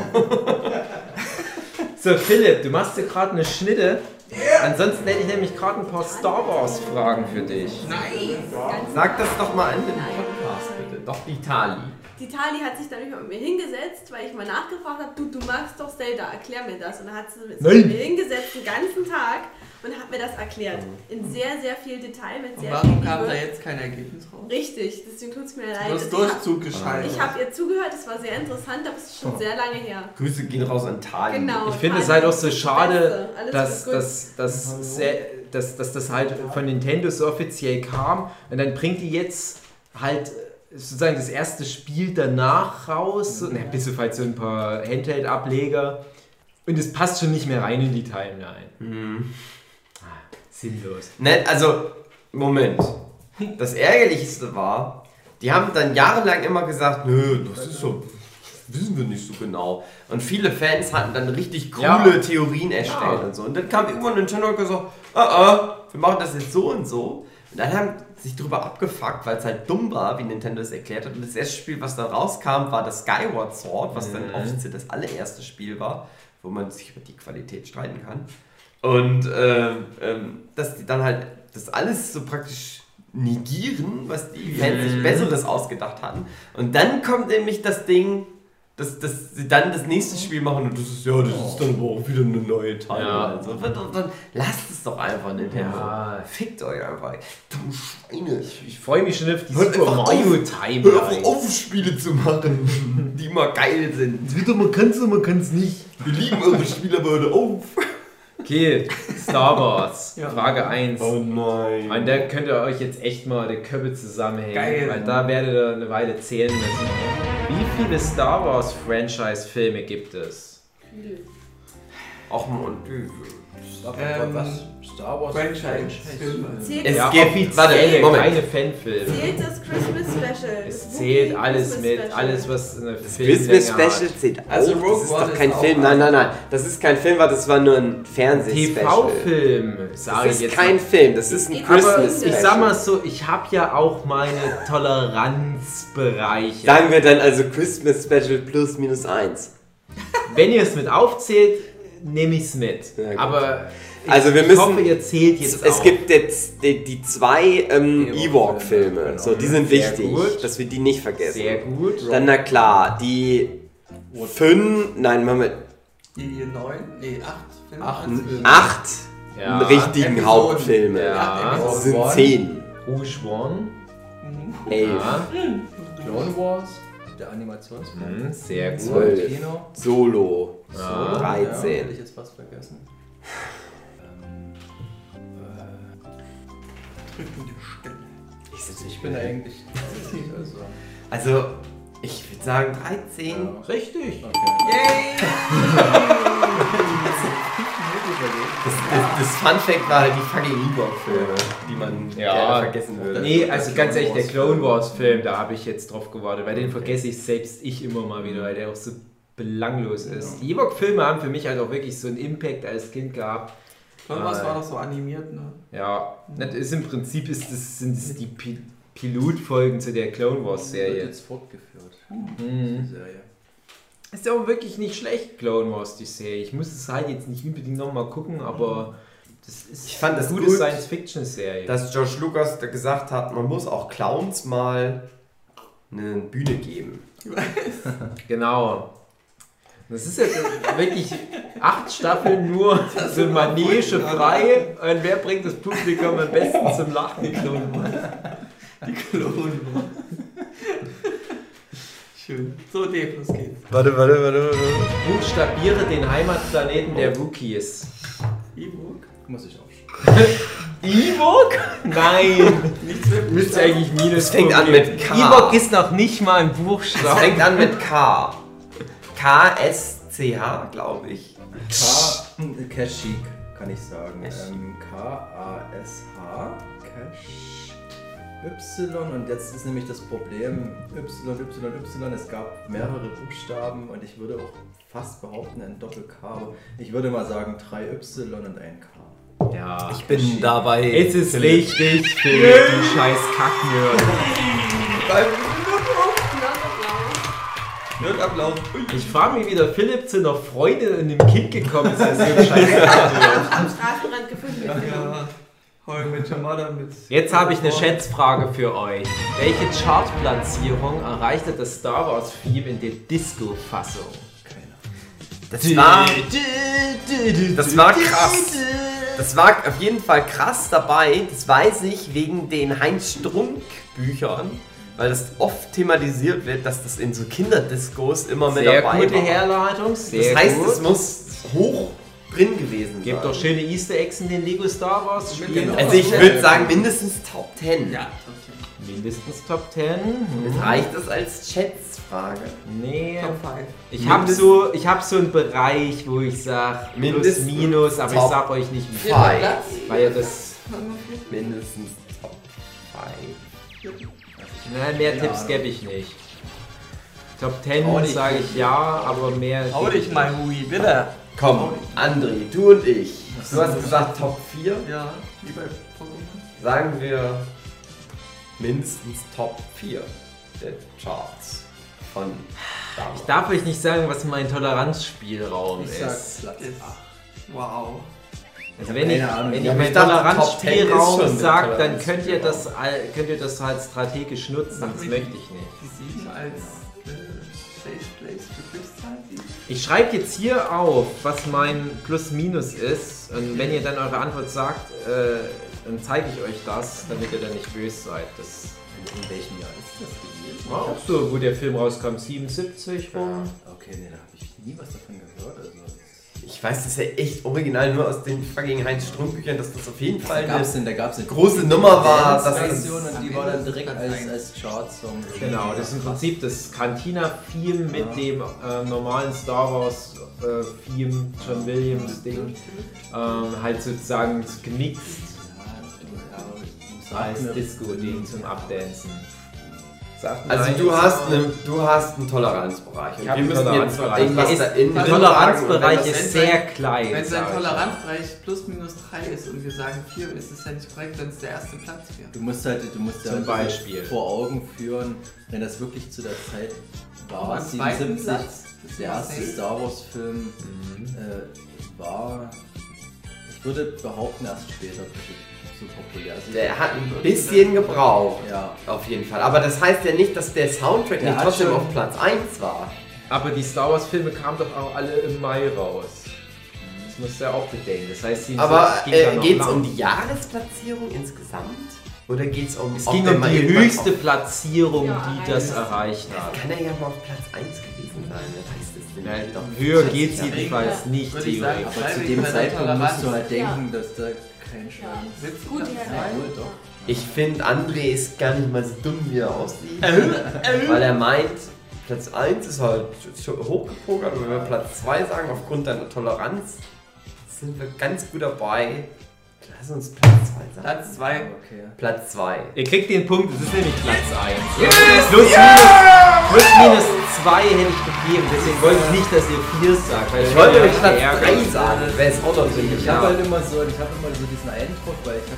So, Philipp, du machst dir gerade eine Schnitte. Ansonsten hätte ich nämlich gerade ein paar Star Wars Fragen für dich. Sag das doch mal in den Podcast, bitte. Doch die Tali. Die Tali hat sich dann nicht mit mir hingesetzt, weil ich mal nachgefragt habe, du magst doch Zelda, erklär mir das. Und dann hat sie sich mit mir hingesetzt den ganzen Tag und hat mir das erklärt. In sehr, sehr viel Detail, mit Und sehr warum viel kam Liebe. da jetzt kein Ergebnis raus? Richtig, deswegen tut es mir leid. Du hast Durchzug geschaltet. Ich habe ihr zugehört, es war sehr interessant, aber es ist schon sehr lange her. Grüße gehen raus an Tali. Genau. Ich finde es Tali halt auch ist so das schade, Beste. Alles dass das halt von Nintendo so offiziell kam und dann bringt die jetzt halt sozusagen das erste Spiel danach raus, so, bis auf halt so ein paar Handheld-Ableger und es passt schon nicht mehr rein in die Timeline. Sinnlos. Ne, also, Moment. Das Ärgerlichste war, die haben dann jahrelang immer gesagt, nö, das ist so, wissen wir nicht so genau. Und viele Fans hatten dann richtig coole Theorien erstellt und so. Und dann kam irgendwann Nintendo und gesagt, wir machen das jetzt so und so. Und dann haben sie sich drüber abgefuckt, weil es halt dumm war, wie Nintendo es erklärt hat. Und das erste Spiel, was dann rauskam, war das Skyward Sword, was dann offiziell das allererste Spiel war, wo man sich über die Qualität streiten kann. Und dass die dann halt das alles so praktisch negieren, was die Fans sich Besseres ausgedacht hatten. Und dann kommt nämlich das Ding, dass sie dann das nächste Spiel machen und das ist dann aber auch wieder eine neue Teil. Ja. Also, dann lasst es doch einfach, Nintendo. Ja. Fickt euch einfach. Dumme Schweine. Ich freue mich schon auf die Hört Super einfach Mario Hör Timeline. einfach auf, Spiele zu machen, die immer geil sind. Entweder man kann's oder man kann's nicht. Wir lieben eure Spiele, aber hört auf. Okay, Star Wars. Ja. Frage 1. Oh nein. Und da könnt ihr euch jetzt echt mal die Köpfe zusammenhängen, Geil. weil da werdet ihr eine Weile zählen müssen. Wie viele Star Wars Franchise-Filme gibt es? Ach man, Star Wars Franchise-Filme. Zählt Es Ja, gibt- offizielle, warte, Moment. keine Fanfilme. Zählt das Christmas Special? Es Das zählt Wookiee alles Christmas mit, Special. alles was eine Christmas Filmlänge Special hat. zählt Also auch. Rogue Das ist One doch kein ist auch Film. Nein. Das ist kein Film, das war nur ein Fernsehspecial. TV-Film, Das sage ich ist jetzt kein mal. Film, das ist ein Aber Christmas Aber Special. ich sag mal so, ich habe ja auch meine Toleranzbereiche. Sagen wir dann also Christmas Special plus minus 1. Wenn ihr es mit aufzählt, nehme ich es mit. Ja, gut. Aber Also wir ich müssen- hoffe, ihr zählt jetzt Es auf. gibt jetzt die zwei Ewok-Filme. Genau. So, die sind Sehr wichtig, gut. dass wir die nicht vergessen. Sehr gut. Dann, na klar, die 5, nein, Moment, Die 9, nee, 8 Filme. 8 Ja. richtigen Episoden. Hauptfilme. Ja. Das sind One. 10, Rouge One. 11, Ja. Clone Wars, der Animationsfilm. Sehr gut. 12, Kino. Solo, Ja. 13. Ja, hätte ich jetzt fast vergessen. Drückende Stille. Ich bin eigentlich. Also, ich würde sagen 13. Richtig. Yay! Das Fun Fact war halt die fucking Ewok-Filme, die man Ja. gerne vergessen würde. Nee, also ganz ehrlich, der Clone Wars Film, da habe ich jetzt drauf gewartet, weil den vergesse ich selbst immer mal wieder, weil der auch so belanglos ist. Die Ewok-Filme haben für mich halt auch wirklich so einen Impact als Kind gehabt. Was war doch so animiert, ne? Ja, das ist im Prinzip sind das die Pilotfolgen zu der Clone Wars Wird Serie. jetzt fortgeführt. Mhm. Die Serie. Ist ja auch wirklich nicht schlecht, Clone Wars, die Serie. Ich muss es halt jetzt nicht unbedingt nochmal gucken, aber das ist Ich fand das eine gute gut, Science-Fiction-Serie. Dass George Lucas da gesagt hat, man muss auch Clowns mal eine Bühne geben. Genau. Das ist jetzt wirklich 8 Staffeln nur so Manege frei. Und wer bringt das Publikum am besten zum Lachen? Die Klone. Schön. So, Dave, los geht's. Warte. Buchstabiere den Heimatplaneten der Wookiees. E-Book? Muss ich aufschreiben. Ewok? Nein! Nichts mehr. Müsste eigentlich Minus. Es fängt an mit K. Ewok ist noch nicht mal ein Es Buchstabe. fängt an mit K. K-S-C-H, glaube ich. Kashyyyk, kann ich sagen. Kashyyyk. K-A-S-H. Y. Und jetzt ist nämlich das Problem: Y. Es gab mehrere Buchstaben und ich würde auch fast behaupten, ein Doppel-K. Aber ich würde mal sagen 3 Y und ein K. Ja. Ich bin dabei. Es ist richtig, Philipp, du scheiß Kacknerd. Nerdapplaus. Ich frage mich, wie der Philipp zu einer Freundin und einem Kind gekommen ist, als so ein scheiß Kacknerd. Am Straßenrand gefunden. Ja. Heute mit Jamada mit. Jetzt habe ich eine Schätzfrage für euch. Welche Chartplatzierung erreichte das Star Wars Theme in der Disco-Fassung? Das war krass. Das war auf jeden Fall krass dabei. Das weiß ich wegen den Heinz Strunk Büchern, weil das oft thematisiert wird, dass das in so Kinderdiscos immer mit Sehr dabei gute war. Herleitung, sehr Das heißt, gut. es muss hoch drin gewesen sein. Gibt doch schöne Easter Eggs in den Lego Star Wars Spielen. Genau. Also ich würde sagen mindestens Top 10. Ja, Mindestens Top 10. Reicht das als Schätzfrage? Nee. Top 5. Ich hab so einen Bereich, wo ich sag plus, Mindestens minus, aber ich Top sag euch nicht wie viel. 5. Weil ja das... Mindestens Top 5. Na, mehr Tipps gebe ich nicht. Top 10 Hau dich, sage ich ja, aber mehr... Hau dich mal, Hui, bitte. Komm, André, du und ich. Du hast gesagt Top 4. Ja, wie bei Pokémon. Sagen wir mindestens Top 4 der Charts von damals. Ich darf euch nicht sagen, was mein Toleranzspielraum Ich ist. sag Platz 8. Wow. Also wenn ich Keine Ahnung. mein Ich dachte, Top 10 Toleranzspielraum ist schon sage, der dann könnt ihr das halt strategisch nutzen. Sag Das mich möchte ich nicht. Die 7 als Safe Place für Glückszahl. Ich schreibe jetzt hier auf, was mein Plus-Minus ist. Und wenn ihr dann eure Antwort sagt, dann zeige ich euch das, damit ihr dann nicht böse seid. Das In welchem Jahr ist das gewesen? war auch so, wo der Film rauskam, 77 rum. Okay, nee, da habe ich nie was davon gehört. Also, Ich weiß das ja echt original nur aus den fucking Heinz Strunk-Büchern, dass das auf jeden Fall da eine gab's eine große Nummer war. Das ist, Version und die war dann direkt als Chart-Song. Genau, das ist im Prinzip das Cantina-Theme mit dem normalen Star Wars-Theme, John Williams-Ding, halt sozusagen gemixt als Disco-Ding zum Abdancen. also du hast einen Toleranzbereich. Ich hab wir müssen jetzt Toleranzbereich. irgendwas da in Der drin Toleranzbereich sagen, ist sehr klein. Wenn sein sag ich. Toleranzbereich plus minus 3 ist und wir sagen 4, ist es ja nicht korrekt, dann ist der erste Platz 4. Du musst Zum Beispiel. vor Augen führen, wenn das wirklich zu der Zeit war, Am zweiten 77, Platz. der erste Star Wars Film war, ich würde behaupten, erst später so populär. Der hat ein bisschen gebraucht. Ja. Auf jeden Fall. Aber das heißt ja nicht, dass der Soundtrack Der nicht hat trotzdem schon- auf Platz 1 war. Aber die Star Wars Filme kamen doch auch alle im Mai raus. Das musst du ja auch bedenken. Das heißt, sie Aber ging da noch geht es lang. um die Jahresplatzierung insgesamt? Oder geht es um... Es ob ging der um mal die irgendwann höchste auf- Platzierung, Ja, die das eins. erreicht hat. Kann er ja mal auf Platz 1 gewesen sein. Das heißt, das sind Nein, doch höher 40 geht es Jahre. jedenfalls nicht, Würde ich sagen, theoretisch. Aber zu Weil dem bei der Zeitpunkt musst du halt Toleranz- denken, dass da kein Schwein Sitzt Gut, Platz ja. zwei? wohl doch. Ich finde, André ist gar nicht mal so dumm, wie er aussieht. Weil er meint, Platz 1 ist halt hochgepokert und wenn wir Platz 2 sagen, aufgrund deiner Toleranz, sind wir ganz gut dabei. Lass uns Platz 2 sagen. Platz 2. Okay. Platz 2. Ihr kriegt den Punkt, das ist nämlich Platz 1. Yes! Plus minus 2 hätte ich gegeben, deswegen wollte ich nicht, dass ihr 4 sagt. Weil Ich dann wollte wäre euch Platz geärgert. 3 sagen, wäre es auch noch drin Ich habe halt immer so diesen Eindruck, weil ich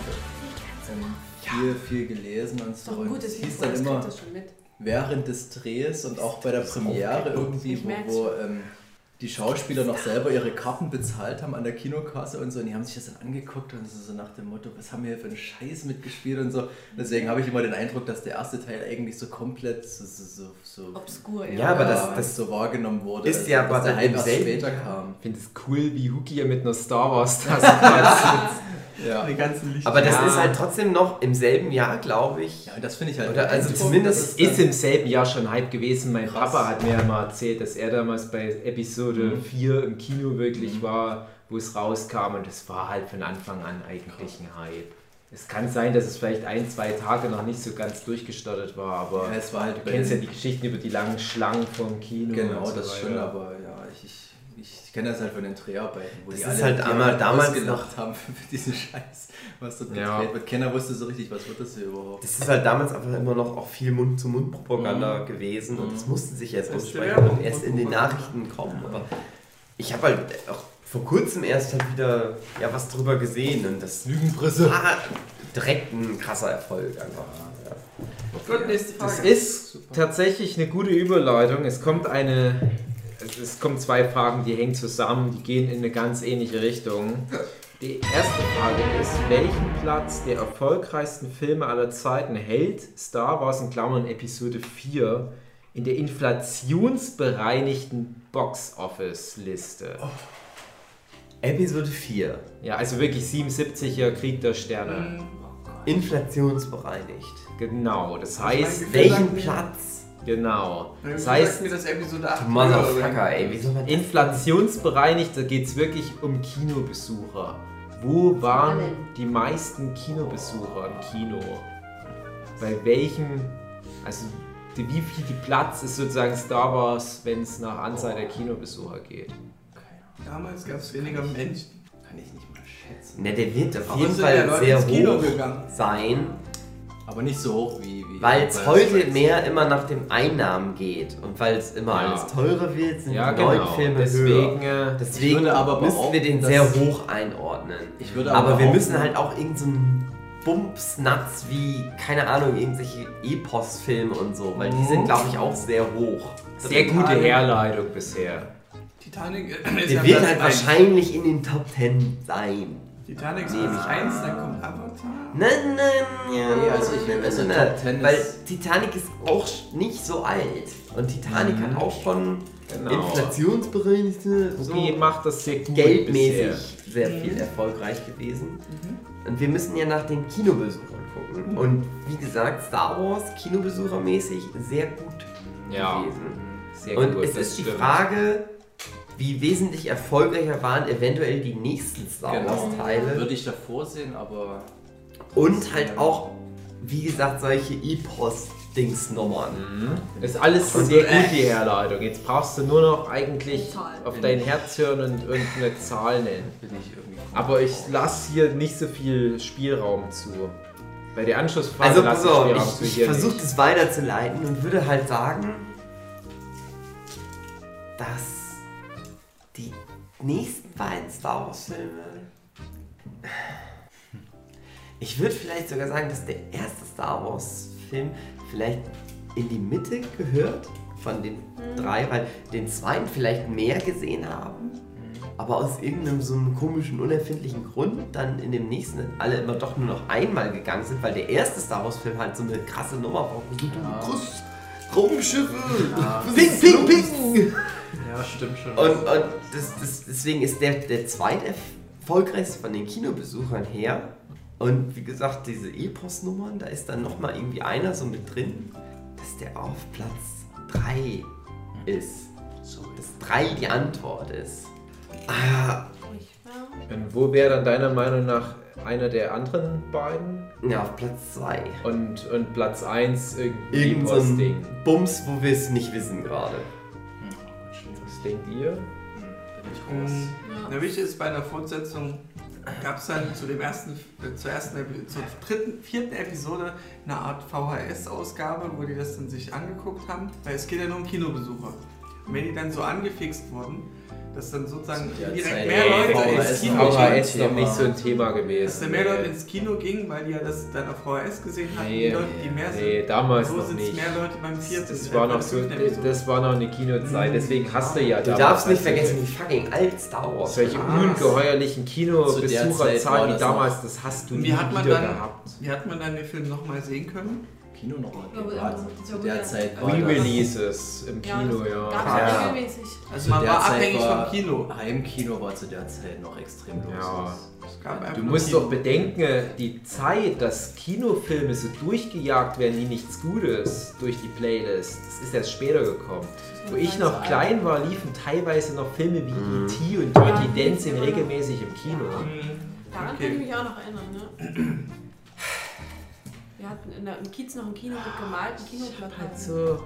habe viel gelesen und Ist so. doch ein Und gutes es hieß Lied, dann das immer kriegt das schon mit. während des Drehs und auch bei der Premiere irgendwie, Ich merk's wo die Schauspieler noch selber ihre Karten bezahlt haben an der Kinokasse und so, und die haben sich das dann angeguckt und so nach dem Motto, was haben wir hier für einen Scheiß mitgespielt und so. Deswegen habe ich immer den Eindruck, dass der erste Teil eigentlich so komplett so Obskur, Ja, aber das so wahrgenommen wurde, ist ja dass aber der dann Hype im erst selben später Jahr. kam. Ich finde es cool, wie Huki hier mit einer Star Wars Tasse sitzt. Ja. Die ganzen Lichter. Aber das Ja. ist halt trotzdem noch im selben Jahr, glaube ich. Ja, und das finde ich halt. Oder also beeindruckend, zumindest dass es Ist dann- im selben Jahr schon Hype gewesen. Mein Krass. Papa hat mir ja mal erzählt, dass er damals bei Episode 4 im Kino wirklich war, wo es rauskam, und es war halt von Anfang an eigentlich ein Hype. Es kann sein, dass es vielleicht 1-2 Tage noch nicht so ganz durchgestartet war, aber Ja, es war halt du bei kennst ja den- die Geschichten über die langen Schlangen vom Kino. Genau, und so das weiter. schon, aber ja, ich kenne das halt von den Dreharbeiten, wo Das die ist alle halt die einmal halt damals ausgelacht haben für diesen Scheiß, was dort Ja. gedreht wird. Keiner wusste so richtig, was wird das hier überhaupt. Das ist halt damals einfach immer noch auch viel Mund-zu-Mund-Propaganda gewesen und das mussten sich jetzt Beste aussprechen Werbung und erst in den und Nachrichten kommen. Aber ich habe halt auch vor kurzem erst halt wieder was drüber gesehen und das Lügenpresse. war direkt ein krasser Erfolg einfach. Ja. Gut, nächste Das Frage. ist tatsächlich eine gute Überleitung. Es kommen 2 Fragen, die hängen zusammen, die gehen in eine ganz ähnliche Richtung. Die erste Frage ist, welchen Platz der erfolgreichsten Filme aller Zeiten hält Star Wars in Klammern Episode 4 in der inflationsbereinigten Box-Office-Liste? Episode 4. Ja, also wirklich 77er Krieg der Sterne. Inflationsbereinigt. Genau, das heißt, Welchen Platz? genau. Das Das heißt, heißt mir das Episode 8. Motherfucker, ey, wie soll man das? inflationsbereinigt, da geht es wirklich um Kinobesucher. Wo waren die meisten Kinobesucher im Kino? bei welchem, also wie viel Platz ist sozusagen Star Wars, wenn es nach Anzahl der Kinobesucher geht? Damals gab es weniger Menschen. Kann ich nicht mal schätzen. Ne, der wird auf Aber jeden sind ja Fall Leute sehr ins Kino hoch gegangen. sein, Aber nicht so hoch wie weil es heute mehr immer nach den Einnahmen geht und weil es immer Ja. alles teurer wird, sind Ja, die neuen genau. Filme Deswegen, höher. Ich Deswegen würde aber müssen wir den behaupten, sehr dass- hoch einordnen. Ich würde Aber wir behaupten, müssen halt auch irgendeinen so einen Bumps-Nuts wie, keine Ahnung, irgendwelche Epos-Filme und so, weil die sind, glaube ich, auch sehr hoch. sehr gute Herleitung bisher. Titanic ist Der ja wird Platz halt 1. wahrscheinlich in den Top 10 sein. Titanic ist Nehme Platz ich 1, an. dann kommt Avatar. Nein, ja. Nee, also Top 10 ist- Weil Titanic ist auch nicht so alt. Und Titanic hat auch schon Genau. inflationsbereinigte, Wookie macht das sehr gut geldmäßig bisher. sehr viel erfolgreich gewesen. Und wir müssen ja nach den Kinobesuchern gucken. Und wie gesagt, Star Wars kinobesuchermäßig sehr gut Ja, gewesen. sehr Und gut. es das ist die stimmt. Frage, wie wesentlich erfolgreicher waren eventuell die nächsten Star Genau. Wars Teile. Würde ich davor sehen, aber. Und halt auch, wie gesagt, solche Epos-Dingsnummern. Ist alles sehr gut, die Herleitung. Jetzt brauchst du nur noch eigentlich Zahl. auf dein Herz hören und irgendeine Zahl nennen. Bin ich irgendwie. Aber ich lasse hier nicht so viel Spielraum zu. Bei der Anschlussfrage Also lasse pass auf, Spielraum zu ich hier versuche nicht. das weiterzuleiten und würde halt sagen, dass die nächsten beiden Star Wars Filme, ich würde vielleicht sogar sagen, dass der erste Star Wars Film vielleicht in die Mitte gehört von den drei, weil den zweiten vielleicht mehr gesehen haben, aber aus irgendeinem so einem komischen, unerfindlichen Grund dann in dem nächsten alle immer doch nur noch einmal gegangen sind, weil der erste Star Wars Film halt so eine krasse Nummer war. Groß, Raumschiffe, ping, ping, ping. Ja, stimmt schon. Und deswegen ist der zweite erfolgreichste von den Kinobesuchern her. Und wie gesagt, diese Epos-Nummern, da ist dann nochmal irgendwie einer so mit drin, dass der auf Platz 3 ist. Dass 3 die Antwort ist. Und wo wäre dann deiner Meinung nach einer der anderen beiden? Ja, auf Platz 2. Und Platz 1 irgendwie Irgend so ein Posting. Bums, wo wir es nicht wissen gerade. Was denkt ihr? Bin ich raus. Na, wichtig ist, bei einer Fortsetzung gab es dann zur vierten Episode eine Art VHS-Ausgabe, wo die das dann sich angeguckt haben, weil es geht ja nur um Kinobesucher. Und wenn die dann so angefixt wurden, dass dann sozusagen Zu der direkt Zeit mehr Leute VHS ins Kino noch gingen, VHS noch nicht so ein Thema dass gewesen. da mehr Leute ins Kino gingen, weil die ja das dann auf VHS gesehen hatten, Nee, die Leute, die mehr sind. Nee, damals So noch sind es nicht. mehr Leute beim vierten. Das war noch so, das war noch eine Kinozeit, deswegen hast du ja Du damals darfst nicht halt vergessen, wie fucking alt Star Wars solche war. ungeheuerlichen Zu der Zeit Kinobesucherzahlen war wie das damals, noch- das hast du Und nie wie hat man wieder dann- gehabt. Wie hat man dann den Film nochmal sehen können? Kino nochmal. Ja, Zu der Zeit war das. Re-Releases im Kino, ja. Gab Ja. es regelmäßig. Also man Zu war der Zeit abhängig war vom Kino. Heimkino war zu der Zeit noch extrem Luxus. Ja. Es gab einfach Du nur musst Kino. doch bedenken, die Zeit, dass Kinofilme so durchgejagt werden wie nichts Gutes durch die Playlist, das ist erst später gekommen. Wo ich noch klein war, liefen teilweise noch Filme wie E.T. und Dirty Ja, Dancing genau. regelmäßig im Kino. Daran Okay. kann ich mich auch noch erinnern, ne? Wir hatten im Kiez noch ein Kino mit gemalten Kinoplakaten. Also,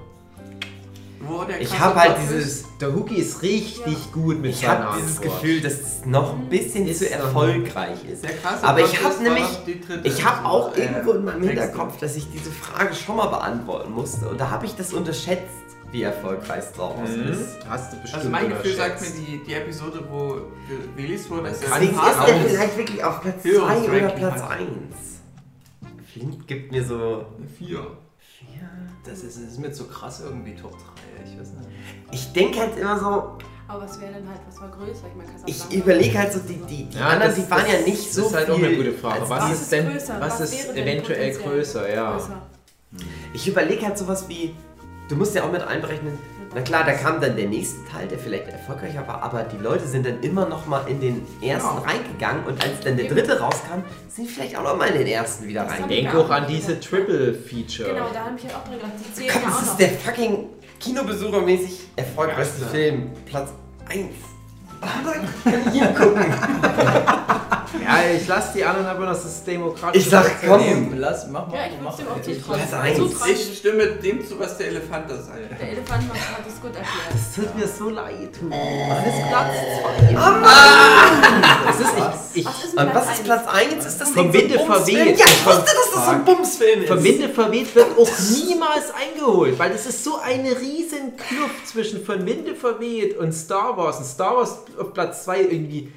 Wo der Ich krasse habe halt Plot dieses, der Hookie ist richtig gut mit ich seiner habe dieses Antwort. Gefühl, dass es noch ein bisschen Ist zu noch- erfolgreich ist. Der krasse Aber Plot ich habe ist, war nämlich, noch die dritte ich habe auch irgendwo in meinem Texte. Hinterkopf, dass ich diese Frage schon mal beantworten musste. Und da habe ich das unterschätzt, wie erfolgreich Star Wars ist. Hast du bestimmt Also mein Gefühl sagt mir, unterschätzt. die Episode, wo released wurde, ist kann Deswegen ich ist auch der nicht. vielleicht wirklich auf Platz 2 Führungsranking oder Platz hat. 1. Flint gibt mir so... eine 4. Das ist mir zu krass irgendwie Top 3. Ich weiß nicht. Ich denke halt immer so, Aber was wäre denn halt, was war größer? Ich meine, ich Casablanca. überlege halt so, die Ja, anderen, das- die waren ja das- nicht so Das ist halt auch viel eine gute Frage. als Was die- ist denn, größer? was Was ist wäre denn eventuell potenziell größer, ja. größer? Ich überlege halt sowas wie, du musst ja auch mit einberechnen, na klar, da kam dann der nächste Teil, der vielleicht erfolgreicher war, aber die Leute sind dann immer noch mal in den ersten Genau. reingegangen und als dann der dritte rauskam, sind vielleicht auch noch mal in den ersten wieder Das haben reingegangen. Denk auch an diese Triple-Feature. Genau, da habe ich ja auch dran gedacht. Die zählen Komm, ja auch das noch. ist der fucking kinobesuchermäßig erfolgreichste Ja. Film, Platz 1. Hier gucken. Ja, ich lasse die anderen aber noch das demokratische. Ich sag, komm. Mach mal. Ja, ich würde dem auch Platz zutrauen. Ich stimme dem zu, was der Elefant da sagt. Der Elefant hat es gut erklärt. Es tut mir so leid. Was ist Platz 2? Das ist nicht. Und was ist Platz 1? Ist das Vom Ding Winde so ein Bumsfilm? verweht. Ja, ich wusste, dass das so ein Bumsfilm ist. Vom Winde verweht wird auch niemals eingeholt, weil es ist so eine riesen Kluft zwischen Von Winde verweht und Star Wars. Und Star Wars auf Platz 2 irgendwie,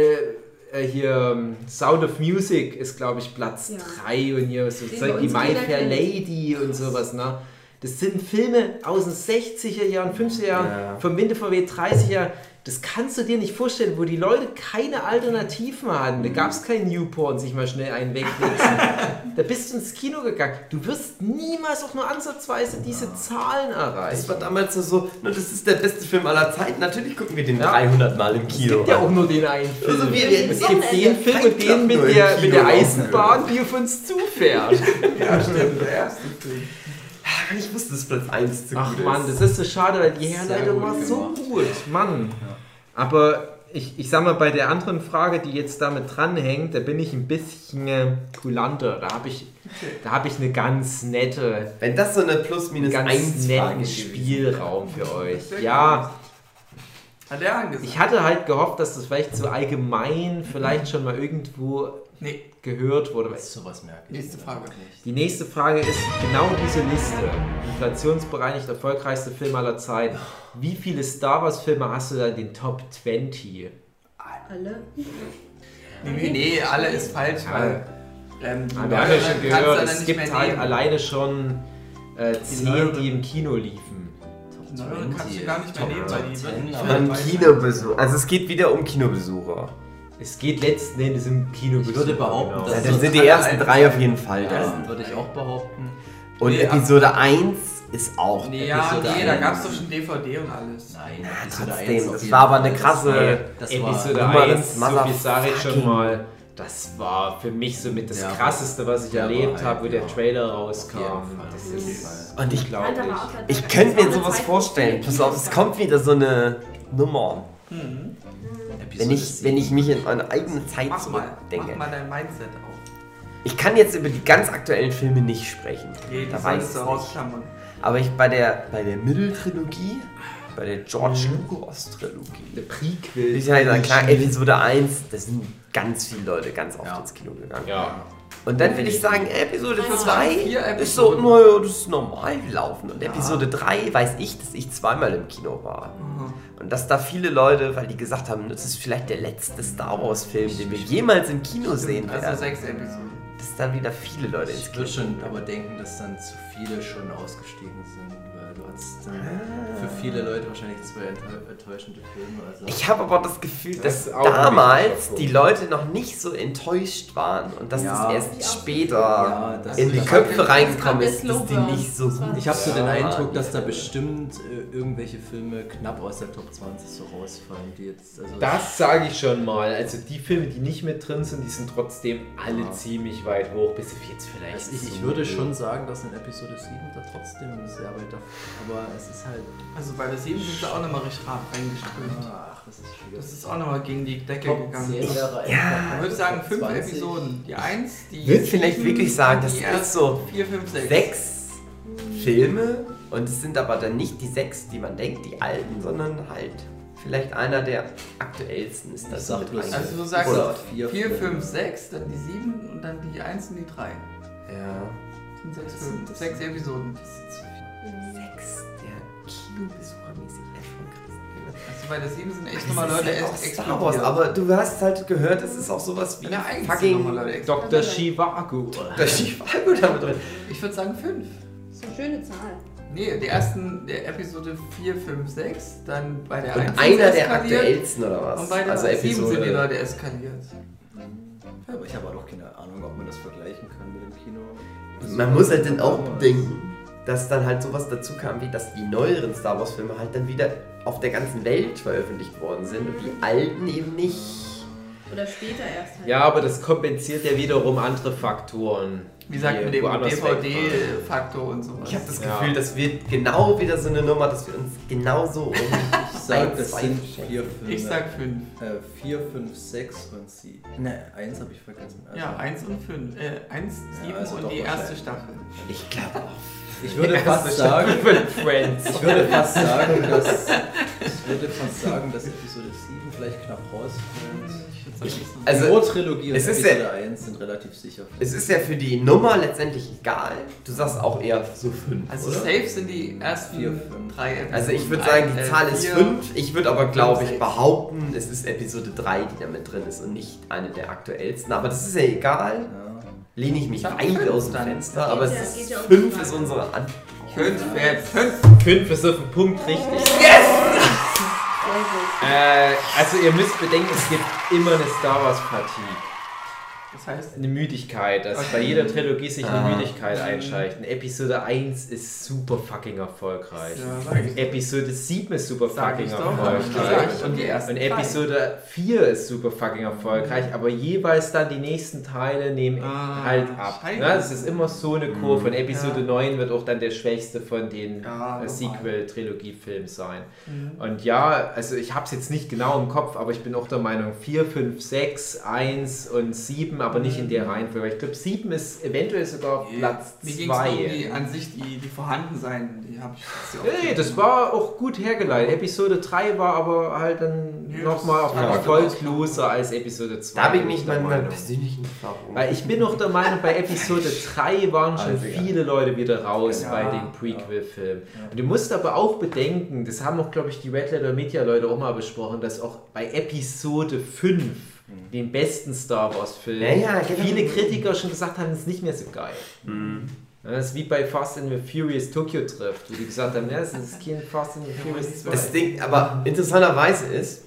hier Sound of Music ist glaube ich Platz 3 und hier so Den Zeug bei wie uns My jeder Fair kennt. Lady und sowas, ne? Das sind Filme aus den 60er Jahren, 50er Jahren, Vom Winde verweht 30er Jahren. Das kannst du dir nicht vorstellen, wo die Leute keine Alternativen hatten. Da gab es kein Newporn, sich mal schnell einen wegwichsen. Da bist du ins Kino gegangen. Du wirst niemals auch nur ansatzweise diese Zahlen erreichen. Das war damals so, das ist der beste Film aller Zeiten. Natürlich gucken wir den 300 Mal im Es Kino. gibt ja auch nur den einen Film. Also es gibt den Film und den mit der Eisenbahn, die auf uns zufährt. Ja, stimmt, der erste Film. Ich wusste, dass Platz 1 zu Ach gut Mann, ist. das ist so schade, weil die Sehr Herleitung gut war so gemacht. gut. Mann. Aber ich sag mal, bei der anderen Frage, die jetzt damit dranhängt, da bin ich ein bisschen kulanter. Da habe ich eine ganz nette, Wenn das so eine Plus-Minus-1 ganz Frage netten gewesen Spielraum für euch. Das wär Ja, Hat er angesagt. ich hatte halt gehofft, dass das vielleicht so allgemein vielleicht schon mal irgendwo Nee, gehört wurde. Weil Sowas merke ich. nächste Frage. die nächste Frage ist genau diese Liste. Inflationsbereinigt erfolgreichste Film aller Zeiten. Wie viele Star Wars Filme hast du da in den Top 20? Alle? Nee, alle ist falsch, weil. Wir haben ja schon kannst du gehört, dann es nicht gibt mehr halt nehmen. alleine schon 10, neueren. die im Kino liefen. Neueren kannst du gar nicht mehr nehmen, weil die wird nicht An mehr Kinobesuch. Also es geht wieder um Kinobesucher. Es geht letzten Endes im Kino. Ich würde behaupten, Ja, dass dann sind die ersten 3 auf jeden Fall da. Ja, würde ich auch behaupten. Und Nee, Episode 1 ist auch. Nee, ja, Episode nee, da 1. gab es doch schon DVD und alles. Nein, trotzdem, das war aber eine krasse Episode Nummer 1, des so viel sage ich Motherfucking- schon mal, das war für mich somit das Ja, krasseste, was ich der erlebt war habe, wo halt, der ja. Trailer Auf rauskam. jeden Fall. Das Auf jeden ist Fall. Und ich unglaublich. Ich könnte mir sowas vorstellen. Pass auf, es kommt wieder so eine Nummer. Wenn ich mich in meine eigene Zeit Mach zurückdenke. mal dein Mindset auf. Ich kann jetzt über die ganz aktuellen Filme nicht sprechen. Nee, die da weiß solltest ich du nicht. rausklammern. Aber bei der Mitteltrilogie, bei der George Lucas Trilogie, Der Prequel. ich halt sagen, klar, Episode 1, da sind ganz viele Leute ganz oft Ja. ins Kino gegangen. Ja. Und dann will ich sagen, Episode Das 2 waren 4 ist so, Episoden. naja, das ist normal gelaufen. Und Episode 3 weiß ich, dass ich zweimal im Kino war. Und dass da viele Leute, weil die gesagt haben, das ist vielleicht der letzte Star Wars Film, den wir jemals im Kino sehen werden. Also 6 Episoden. Dass dann wieder viele Leute ins Ich Kino würde schon gehen. aber denken, dass dann zu viele schon ausgestiegen sind, weil du hast dann für viele Leute wahrscheinlich 2 enttäuschende Filme. Also Ich habe aber das Gefühl, Das dass ist auch ein damals wichtiger die Punkt. Leute noch nicht so enttäuscht waren und dass Ja. das erst später Ja, das in die ist- Köpfe reingekommen Das ist, war dass die der nicht so Slowburn. gut ich habe so den waren. Eindruck, dass da bestimmt irgendwelche Filme knapp aus der Top 20 so rausfallen, die jetzt. Also Das sage ich schon mal. Also die Filme, die nicht mit drin sind, die sind trotzdem alle Ja. ziemlich weit hoch, bis auf jetzt vielleicht. Also ich würde schon sagen, dass in Episode 7 da trotzdem sehr weit davon. Aber es ist halt. Also bei der 7 sind sie auch nochmal richtig hart reingeströmt. Ach, das ist schwierig. Das ist auch nochmal gegen die Decke Top gegangen. 10 wäre Ja. Ich würde sagen 5 20. Episoden. Die 1, die. Ich würde vielleicht 7, wirklich sagen, die das ist ersten so 4, 5, 6. 6 Filme und es sind aber dann nicht die 6, die man denkt, die alten, sondern halt vielleicht einer der aktuellsten ist das. sag mit bloß- rein. Also du sagst Oder 4, 4, 5, 6, dann die 7 und dann die 1 und die 3. Ja. Das sind 6 Das Filme, sind- 6 Episoden. 6 der Kinobesuchermäßig erfolgreichsten Also bei der 7 sind echt Filme. nochmal Leute Das ist halt auch echt Star Wars, explodiert. aber du hast halt gehört, es ist auch sowas wie In der 1 sind fucking nochmal Leute explodiert. Dr. Chivago. Der Chivago damit drin. Ich würde sagen 5. Das ist eine schöne Zahl. Nee, die ersten, der Episode 4, 5, 6, dann bei der 1 Und sind einer sie der eskaliert aktuellsten oder was? und bei der also 7 sind die Episode. Leute eskaliert. Aber ich habe auch noch keine Ahnung, ob man das vergleichen kann mit dem Kino. Man muss halt dann auch bedenken, dass dann halt sowas dazu kam, wie dass die neueren Star Wars Filme halt dann wieder auf der ganzen Welt veröffentlicht worden sind und die alten eben nicht. Oder später erst halt. Ja, aber das kompensiert ja wiederum andere Faktoren. Wie gesagt, mit dem DVD-Faktor und sowas. Ich habe das Gefühl, das wird genau wieder so eine Nummer, dass wir uns genauso Ich sag, das sind 4 Filme. Ich sag 5. 4, 5, 6 und 7. Ne, 1 habe ich vergessen. Also, Ja, 1 und 5. 1, 7 also und doch die erste wahrscheinlich. Staffel. Ich glaube auch. Ich würde fast sagen, Friends. Ich würde fast sagen, dass Episode 7 vielleicht knapp rauskommt. Also, die Urtrilogie und es ist Episode 1 sind relativ sicher. Es ist ja für die Nummer letztendlich egal. Du sagst auch eher so 5, Also oder? safe sind die ersten 4, 5. 3 Episoden. Also ich würde sagen, die Zahl ist 4. 5. Ich würde aber, glaube ich, 6. behaupten, es ist Episode 3, die da mit drin ist und nicht eine der aktuellsten. Aber das ist ja egal. Ja. Lehne ich mich Sag weit 5 aus dem dann. Fenster. Aber es Geht ist ja um 5 die ist Frage. unsere Antwort. 5 5. 5 ist auf den Punkt richtig. Also ihr müsst bedenken, es gibt immer eine Star Wars Fatigue. Das heißt, Eine Müdigkeit, dass Okay. bei jeder Trilogie sich eine Ah. Müdigkeit einschleicht. Und Episode 1 ist super fucking erfolgreich. ja, sag ich. Episode 7 ist super Sag fucking ich doch, hab ich erfolgreich. gesagt. Und die ersten Und Episode 4 ist super fucking erfolgreich, aber jeweils dann die nächsten Teile nehmen halt ab. scheiße. Ne? Es ist immer so eine Kurve. Und Episode Ja. 9 wird auch dann der schwächste von den Ja, Sequel-Trilogie-Filmen sein. Mhm. Und ja, also ich habe es jetzt nicht genau im Kopf, aber ich bin auch der Meinung 4, 5, 6, 1 und 7, aber nicht in der Reihenfolge. Ich glaube 7 ist eventuell sogar auf Platz Mir ging es 2. irgendwie an sich, die vorhanden sein, die habe ich jetzt ja auch Nee, das war auch gut hergeleitet. Episode 3 war aber halt dann Nee, nochmal auf das war erfolgloser als Episode 2. Da habe ich bin mich der meiner Meinung. persönlichen Erfahrung. Weil ich bin noch der Meinung, bei Episode 3 waren schon Also, ja. viele Leute wieder raus Ja, bei den Prequel-Filmen. Und du musst aber auch bedenken, das haben auch, glaube ich, die Red Letter Media Leute auch mal besprochen, dass auch bei Episode 5, den besten Star Wars-Film, Ja, genau. viele Kritiker schon gesagt haben, das ist nicht mehr so geil. Mhm. Ja, das ist wie bei Fast and the Furious Tokyo Drift, wo die gesagt haben, ja, das ist kein Fast and the Furious 2. Das Ding, aber interessanterweise ist,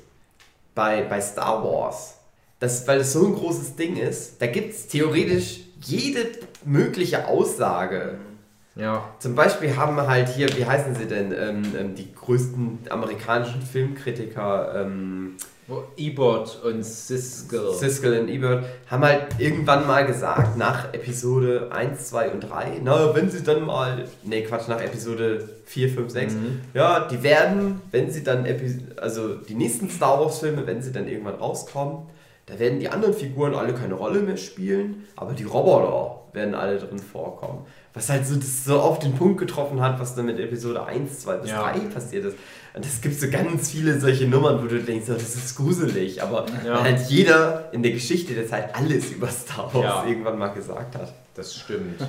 bei Star Wars, weil es so ein großes Ding ist, da gibt es theoretisch jede mögliche Aussage. Ja. Zum Beispiel haben halt hier, wie heißen sie denn, die größten amerikanischen Filmkritiker, Wo Ebert und Siskel. Siskel und Ebert, haben halt irgendwann mal gesagt, nach Episode 1, 2 und 3, na, wenn sie dann mal, nach Episode 4, 5, 6, ja, die werden, wenn sie dann, also die nächsten Star Wars Filme, wenn sie dann irgendwann rauskommen, da werden die anderen Figuren alle keine Rolle mehr spielen, aber die Roboter werden alle drin vorkommen. Was halt so, das so auf den Punkt getroffen hat, was dann mit Episode 1, 2 bis 3 passiert ist. Und es gibt so ganz viele solche Nummern, wo du denkst, oh, das ist gruselig, aber halt jeder in der Geschichte der Zeit alles über Star Wars irgendwann mal gesagt hat. Das stimmt.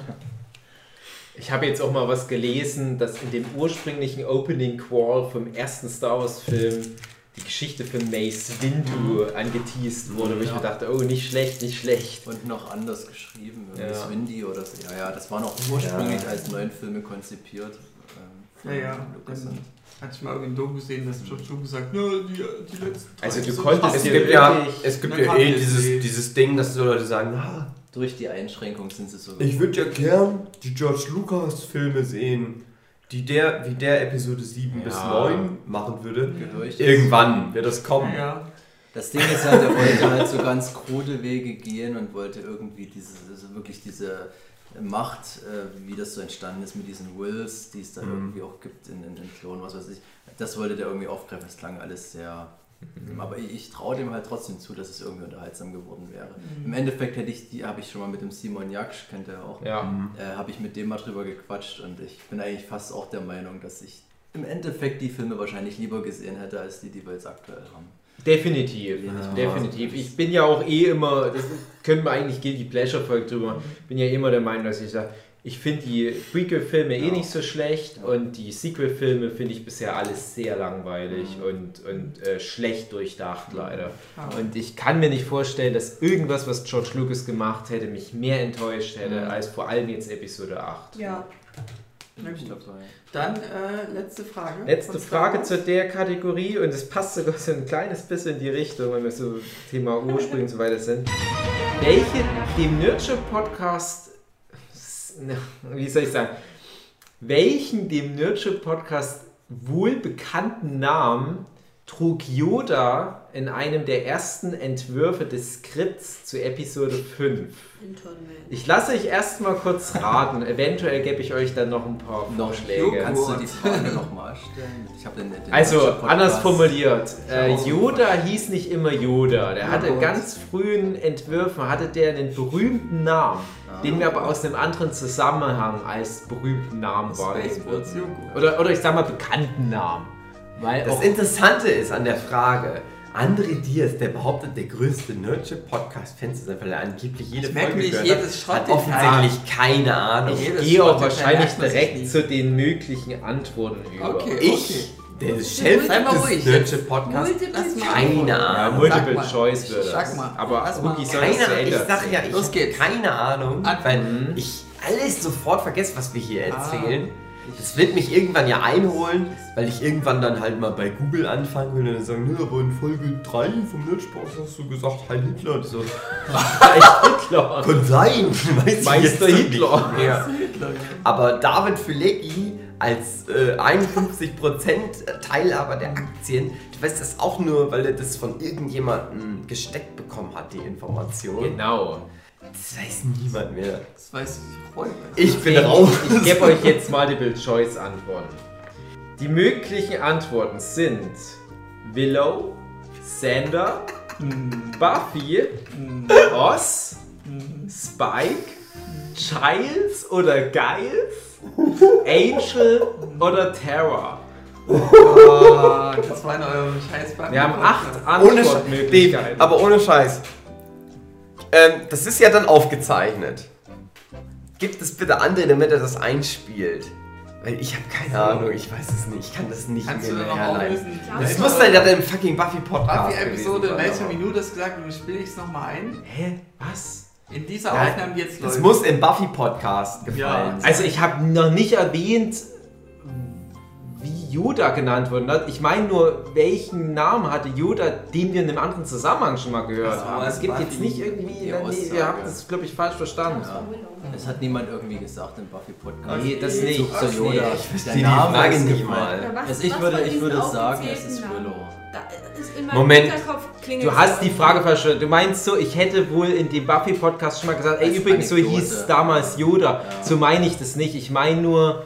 Ich habe jetzt auch mal was gelesen, dass in dem ursprünglichen Opening Crawl vom ersten Star Wars Film die Geschichte von Mace Windu angeteased wurde, wo ich mir dachte, oh, nicht schlecht, nicht schlecht. Und noch anders geschrieben, Ja. Miss Windy oder so. Ja, das war noch ursprünglich als 9 Filme konzipiert. Ja, ja. Lucas Dann hatte ich mal irgendwie ein Doku gesehen, dass George Lucas sagt, ja, die letzten 3 Also du sind konntest scheiße. dir Es gibt Dann ja kann eh ich sehen. dieses Ding, dass so Leute sagen, durch die Einschränkung sind sie so. ich würde ja gern die George Lucas Filme sehen, wie der Episode 7 bis 9 machen würde. Gehör ich Irgendwann wird das kommen. Ja, Das Ding ist halt, er wollte halt so ganz krude Wege gehen und wollte irgendwie diese Macht, wie das so entstanden ist mit diesen Wills, die es da irgendwie auch gibt in den Klonen, was weiß ich, das wollte der irgendwie aufgreifen. Das klang alles sehr... Aber ich traue dem halt trotzdem zu, dass es irgendwie unterhaltsam geworden wäre. Im Endeffekt habe ich schon mal mit dem Simon Jaksch, kennt er auch, habe ich mit dem mal drüber gequatscht und ich bin eigentlich fast auch der Meinung, dass ich im Endeffekt die Filme wahrscheinlich lieber gesehen hätte, als die wir jetzt aktuell haben. Definitiv, definitiv. Ich bin ja auch immer, das können wir eigentlich Guilty Pleasure Folge drüber, bin ja immer der Meinung, dass ich sage, ich finde die Prequel-Filme nicht so schlecht und die Sequel-Filme finde ich bisher alles sehr langweilig und schlecht durchdacht leider. Und ich kann mir nicht vorstellen, dass irgendwas, was George Lucas gemacht hätte, mich mehr enttäuscht hätte als vor allem jetzt Episode 8. Ja. Ich glaube so, ja. dann letzte Frage. Letzte von Star Frage Wars. zu der Kategorie und es passt sogar so ein kleines bisschen in die Richtung, wenn wir so Thema Ursprung und so weiter sind. Welche dem Nurture-Podcast, wie soll ich sagen, welchen dem Nurture-Podcast wohl bekannten Namen trug Yoda in einem der ersten Entwürfe des Skripts zu Episode 5? Ich lasse euch erstmal kurz raten. Eventuell gebe ich euch dann noch ein paar Vorschläge. Kannst du die Frage nochmal stellen? Ich habe den also, anders formuliert. Yoda hieß nicht immer Yoda. Der hatte ganz frühen Entwürfen, hatte der einen berühmten Namen, den wir aber aus einem anderen Zusammenhang als berühmten Namen wahrnehmen würden. Oder ich sag mal bekannten Namen. Weil das Interessante ist an der Frage, André Diaz, der behauptet, der größte Nerdship-Podcast-Fan zu sein, weil er angeblich jede Folge gehört hat, offensichtlich keine Ahnung. Ich gehe auch wahrscheinlich direkt zu den möglichen Antworten über. Der Chef des Nerdship-Podcasts, keine Ahnung. Multiple Choice würde das. Aber Rookie soll das zu Ende. Ich sag ja, ich habe keine Ahnung, weil ich alles sofort vergesse, was wir hier erzählen. Das wird mich irgendwann ja einholen, weil ich irgendwann dann halt mal bei Google anfangen will und dann sagen, aber in Folge 3 vom Nerdsport hast du gesagt, Heil Hitler. Und so. Hitler. Kann sein. Meister Hitler. Ja. Aber David Filecki als 51% Teilhaber der Aktien, du weißt das auch nur, weil er das von irgendjemandem gesteckt bekommen hat, die Information. Genau. Das weiß niemand mehr. Das weiß ich heute. Ich bin raus. Ich gebe euch jetzt Multiple-Choice-Antworten. Die möglichen Antworten sind Willow, Xander, Buffy, Oz, Spike, Giles oder Giles, Angel oder Terra. Das war in eurem Scheiß. Wir haben 8 Antwortmöglichkeiten. Aber ohne Scheiß. Das ist ja dann aufgezeichnet. Gibt es bitte André, damit er das einspielt? Weil ich habe keine Ahnung, ich weiß es nicht. Ich kann das nicht Kannst mehr du noch herleiten. auflösen? Das muss dann ja im fucking Buffy-Podcast Buffy-Episode, in welcher gewesen Minute hast du gesagt, und dann spiele ich es nochmal ein? Hä? Was? In dieser Aufnahme, die jetzt läuft. Das muss im Buffy-Podcast gefallen sein. Also ich habe noch nicht erwähnt, wie Yoda genannt wurde. Ich meine nur, welchen Namen hatte Yoda, den wir in einem anderen Zusammenhang schon mal gehört haben. Es gibt jetzt nicht irgendwie... wir haben das, glaube ich, falsch verstanden. Ja. Es hat niemand irgendwie gesagt im Buffy-Podcast. Nee, das nicht. So Yoda. Ich verstehe die Frage nicht mal. Ich würde sagen, es ist Willow. Moment. Du hast die Frage verstanden. Du meinst so, ich hätte wohl in dem Buffy-Podcast schon mal gesagt, ey, übrigens, so hieß damals Yoda. Ja. So meine ich das nicht. Ich meine nur...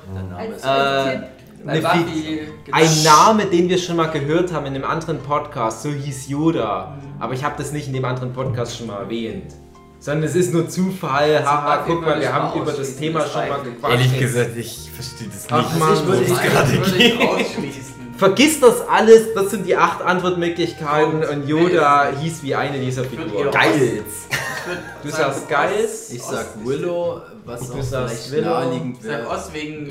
ein Name, den wir schon mal gehört haben in einem anderen Podcast, so hieß Yoda. Aber ich habe das nicht in dem anderen Podcast schon mal erwähnt. Sondern es ist nur Zufall. Haha, guck mal, wir haben über das Thema schon mal gequatscht. Ehrlich gesagt, ich verstehe das nicht. Ach man, würde ich ausschließen. Vergiss das alles, das sind die 8 Antwortmöglichkeiten und Yoda hieß wie eine dieser Figuren. Geils! Du sagst Geils. Ich sag Willow, was du auch sagst vielleicht Willow. naheliegend Ich sag wäre. Oz wegen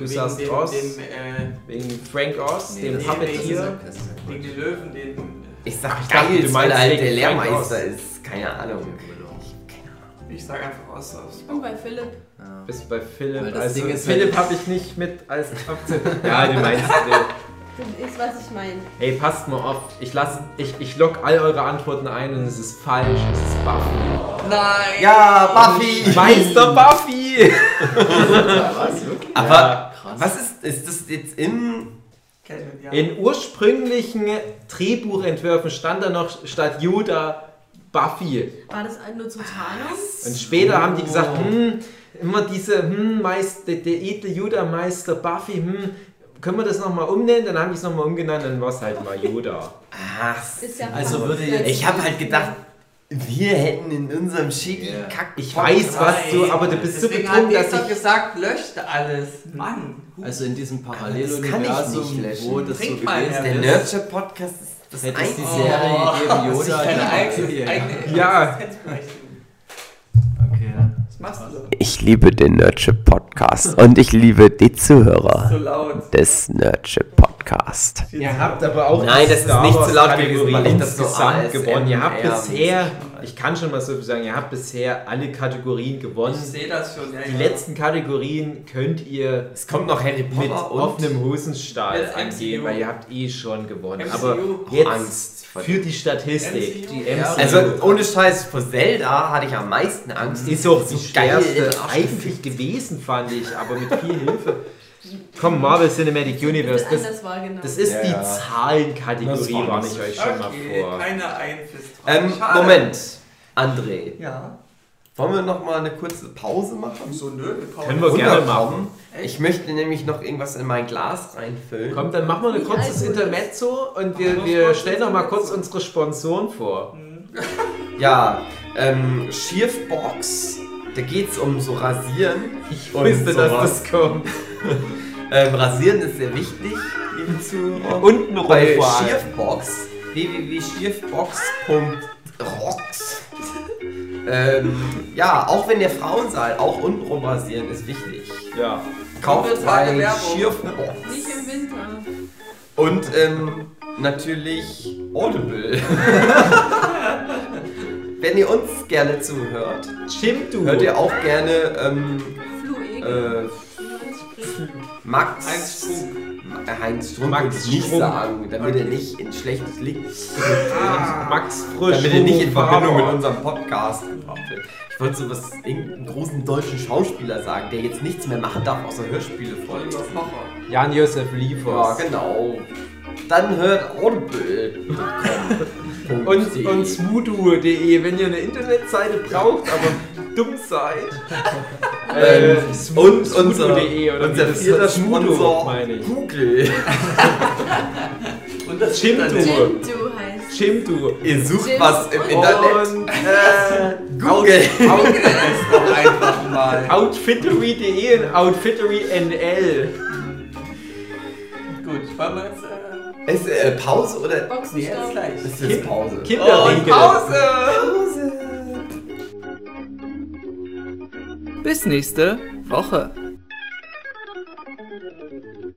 Wegen Frank Oz, dem Puppetier. Wegen den Löwen, den... Ich sag dachte, Geils, du weil er meinst halt wegen der Frank Lehrmeister Oz. ist. Keine Ahnung. Ich sag einfach Oz. Und bei Philipp. Bist bei Philipp. Weil das Also Ding ist, Philipp habe ich nicht mit als Option. Ja, du meinst Das ist, was ich meine. Hey, passt mal auf. Ich lock all eure Antworten ein und es ist falsch. Es ist Buffy. Nein! Ja, Buffy! Meister Buffy! Was, wirklich? Aber Ja, was ist das jetzt im... In ursprünglichen Drehbuchentwürfen stand da noch statt Yoda Buffy. War das nur zur Tarnung? Und später haben die gesagt, immer diese, der edle Yoda-Meister Buffy, können wir das nochmal umnennen? Dann haben die es nochmal umgenannt, dann war es halt mal Yoda. Ist ja Also würde jetzt- Ich habe halt gedacht, wir hätten in unserem schicken Kack... Ich weiß, was du, aber du bist so betrunken, dass ich... ich... gesagt, löscht alles. Mann. Also in diesem Das kann ich Paralleluniversum, nicht löschen. wo das Trink so mal, gewesen Der Ja, ist, Nerdship-Podcast ist das hätte es die einzige... Serie gegeben, Yoda. Deine die- eigene Ja. Existenzberechtigung. Okay. Was machst du so? Ich liebe den Nerdship-Podcast und ich liebe die Zuhörer So laut. des Nerdship-Podcast. Ihr habt aber auch Nein, die das ist Star nicht Wars zu laut Kategorie gewesen, weil ich das so insgesamt ASMR gewonnen. Ihr habt bisher, mäßig- ich kann schon mal so viel sagen, ihr habt bisher alle Kategorien gewonnen. Ich sehe das schon. Ja, Die letzten Kategorien könnt ihr Es kommt noch Harry mit Potter und... offenem Hosenstall Jetzt angehen, MCU. weil ihr habt eh schon gewonnen. MCU. Aber jetzt Angst vor für die Statistik. MCU. Die MCU. Also ohne Scheiß, vor Zelda hatte ich am meisten Angst. ist auch die So geil in schwerste den Arsch eigentlich gewesen, fand ich, aber mit viel Hilfe. Komm, Marvel Cinematic Universe, Das ist anders wahrgenommen. das ist die Ja. Zahlenkategorie, warne ich euch schon mal vor. keine Einfluss drauf. Moment, André. Ja. Wollen wir noch mal eine kurze Pause machen? So, nö, wir brauchen Können wir gerne Wunderbar. machen. Ich möchte nämlich noch irgendwas in mein Glas reinfüllen. Komm, dann machen wir ein Nicht kurzes Alkohol. Intermezzo und wir stellen noch mal kurz unsere Sponsoren vor. Ja, Schirfbox. Da geht's um so Rasieren. Ich Und wusste, dass sowas. das kommt. Rasieren ist sehr wichtig, liebe Zuhörer. Untenrum Bei vor allem. Schirfbox, www.schirfbox.rocks. Ja, auch wenn der Frauensaal auch untenrum rasieren, ist wichtig. Ja. Kauft Unbezahlte bei Werbung. Schirfbox. Nicht im Winter. Und natürlich Audible. Wenn ihr uns gerne zuhört, Chimdu. hört ihr auch gerne Fluegel. Max Heinz Strunk Max würde ich nicht Strunk. sagen, damit er nicht in schlechtes Licht Max Frisch. damit er nicht in Verbindung mit Faber. unserem Podcast gebracht wird. Ich wollte so was, irgendeinen großen deutschen Schauspieler sagen, der jetzt nichts mehr machen darf, außer Hörspiele folgen. Oliver Pocher. Jan-Josef Ja, Liefers. genau. Dann hört audible.com. Und smudu.de, wenn ihr eine Internetseite braucht, aber dumm seid. Und unser smudu.de oder unser wie das vierter Smudu, Sponsor meine ich. Google. Und das Chimdu. Jimdo heißt. Chimdu. Ihr sucht Jim was im und- Internet. Und Google. ist doch einfach mal. Outfittery.de und Outfittery NL. Gut, wollen wir jetzt. Ist Pause oder? Nee, jetzt Boxenstopp. gleich. Ist jetzt Pause? Kinderriegel. Pause! Pause. Bis nächste Woche.